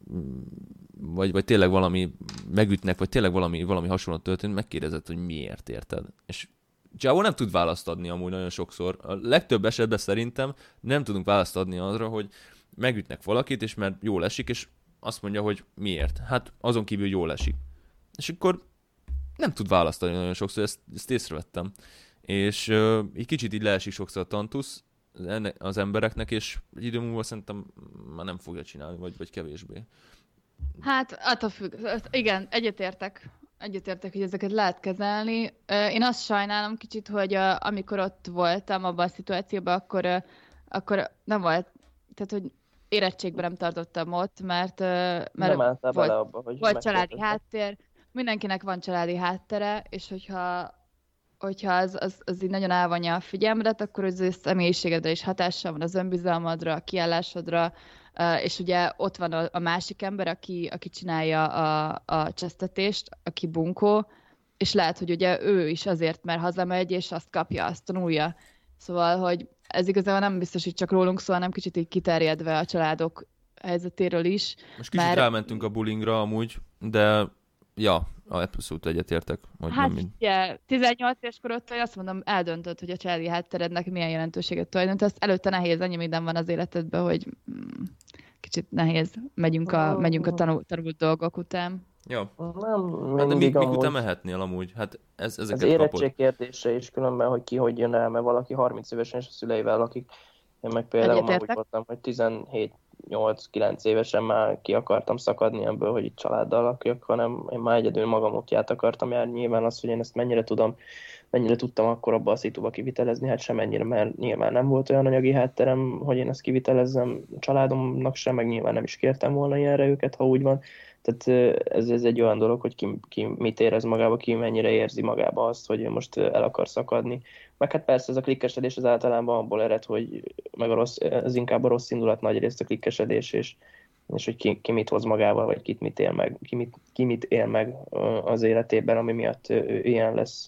vagy, vagy tényleg valami megütnek, vagy tényleg valami, valami hasonló történt, megkérdezed, hogy miért, érted? És Csávó nem tud választ adni amúgy nagyon sokszor. A legtöbb esetben szerintem nem tudunk választ adni arra, hogy megütnek valakit, és mert jól esik, és azt mondja, hogy miért. Hát azon kívül jól esik. És akkor nem tud választ adni nagyon sokszor, ezt, ezt észrevettem. És uh, egy kicsit így leesik sokszor a tantusz az embereknek, és egy idő múlva szerintem már nem fogja csinálni, vagy, vagy kevésbé. Hát attól függ. Igen, egyetértek. Egyetértek, hogy ezeket lehet kezelni. Én azt sajnálom kicsit, hogy amikor ott voltam abban a szituációban, akkor, akkor nem volt, tehát hogy érettségben nem tartottam ott, mert, mert volt, bele abba, hogy volt családi háttér, mindenkinek van családi háttere, és hogyha, hogyha az, az, az így nagyon elvonja a figyelmedet, akkor az ő személyiségedre is hatással van, az önbizalmadra, a kiállásodra, Uh, és ugye ott van a, a másik ember, aki, aki csinálja a, a csesztetést, aki bunkó, és lehet, hogy ugye ő is azért, mert hazamegy, és azt kapja, azt tanulja. Szóval, hogy ez igazából nem biztos, hogy csak rólunk szól, hanem kicsit így kiterjedve a családok helyzetéről is. Most kicsit mert... rámentünk a bullyingra amúgy, de ja, abszolút egyetértek. Hát ugye, tizennyolc éves korodtól azt mondom, eldöntöd, hogy a családi hátterednek milyen jelentőséget tulajdonítasz. Előtte nehéz, annyi minden van az életedben, hogy mm, kicsit nehéz, megyünk a, megyünk a tanul, tanult dolgok után. Jó. Nem, hát de mik, mik amúgy... után mehetnél amúgy? Hát ez, ezeket az kapod. érettség kérdése is különben, hogy ki hogy jön el, mert valaki harminc évesen és a szüleivel lakik. Én meg például már úgy voltam, hogy tizenhét nyolc kilenc évesen már ki akartam szakadni ebből, hogy itt családdal lakjak, hanem én már egyedül magam útját akartam járni. Nyilván az, hogy én ezt mennyire tudom, mennyire tudtam akkor abba a szituba kivitelezni, hát semennyire, mert nyilván nem volt olyan anyagi hátterem, hogy én ezt kivitelezzem családomnak sem, meg nyilván nem is kértem volna ilyenre őket, ha úgy van. Tehát ez, ez egy olyan dolog, hogy ki, ki mit érez magába, ki mennyire érzi magába azt, hogy most el akar szakadni. Meg hát persze ez a klikkesedés az általában abból ered, hogy meg a rossz, ez inkább a rossz indulat nagy részt a klikkesedés, és, és hogy ki, ki mit hoz magával, vagy kit mit él meg, ki mit, ki mit él meg az életében, ami miatt ő ilyen lesz.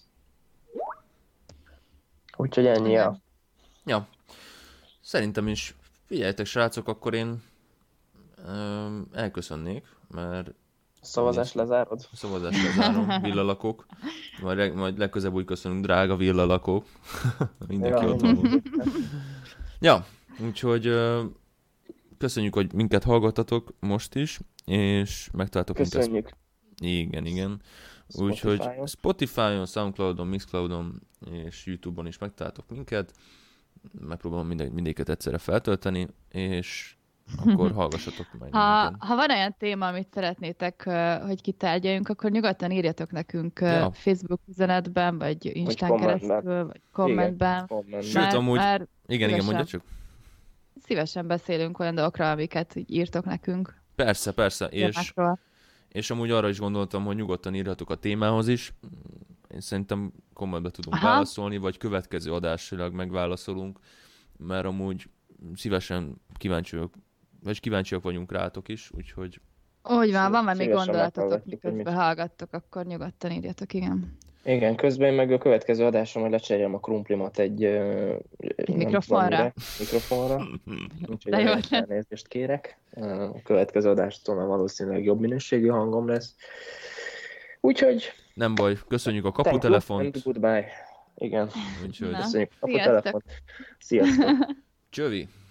Úgyhogy ennyi. Ja. ja. Szerintem is. Figyeljetek, srácok, akkor én um, elköszönnék, mert... Szavazás lezárod? Szavazás lezárom, villalakók. Majd, majd legközebb úgy köszönünk, drága villalakók. Mindenki ja, ott van. Ja, úgyhogy uh, köszönjük, hogy minket hallgattatok most is, és megtaláltok köszönjük. minket. Igen, igen. Úgyhogy Spotify-on. Spotify-on, Soundcloud-on, Mixcloud-on és YouTube-on is megtaláltok minket. Megpróbálom mindegy, mindegyiket egyszerre feltölteni, és akkor hallgassatok meg. Ha, ha van olyan téma, amit szeretnétek, hogy kitárgyaljunk, akkor nyugodtan írjatok nekünk ja. Facebook üzenetben, vagy Instán keresztül, vagy kommentben. Igen, Sőt, amúgy... Már igen, igen, mondja csak. szívesen beszélünk olyan dolgokra, amiket így írtok nekünk. Persze, persze, és, Témákról. és amúgy arra is gondoltam, hogy nyugodtan írhatok a témához is. Én szerintem komolyba tudunk Aha. válaszolni, vagy következő adásilag megválaszolunk, mert amúgy szívesen kíváncsiak, vagy kíváncsiak vagyunk rátok is, úgyhogy Úgy van, van már még Szívesen gondolatotok, meghallgatjuk, hogy miközben mit- hallgattok, akkor nyugodtan írjatok, igen. Igen, közben meg a következő adásra majd lecserélem a krumplimat egy, ö, nem mikrofonra? tudom mire, mikrofonra. Úgyhogy De jó elnézést- ötlet. elnézést kérek. A következő adástól már valószínűleg jobb minőségű hangom lesz. Úgyhogy nem baj, köszönjük a thank you and kaputelefont, goodbye. Igen, úgyhogy Na. köszönjük a Sziasztok. kaputelefont. Sziasztok! Csövi!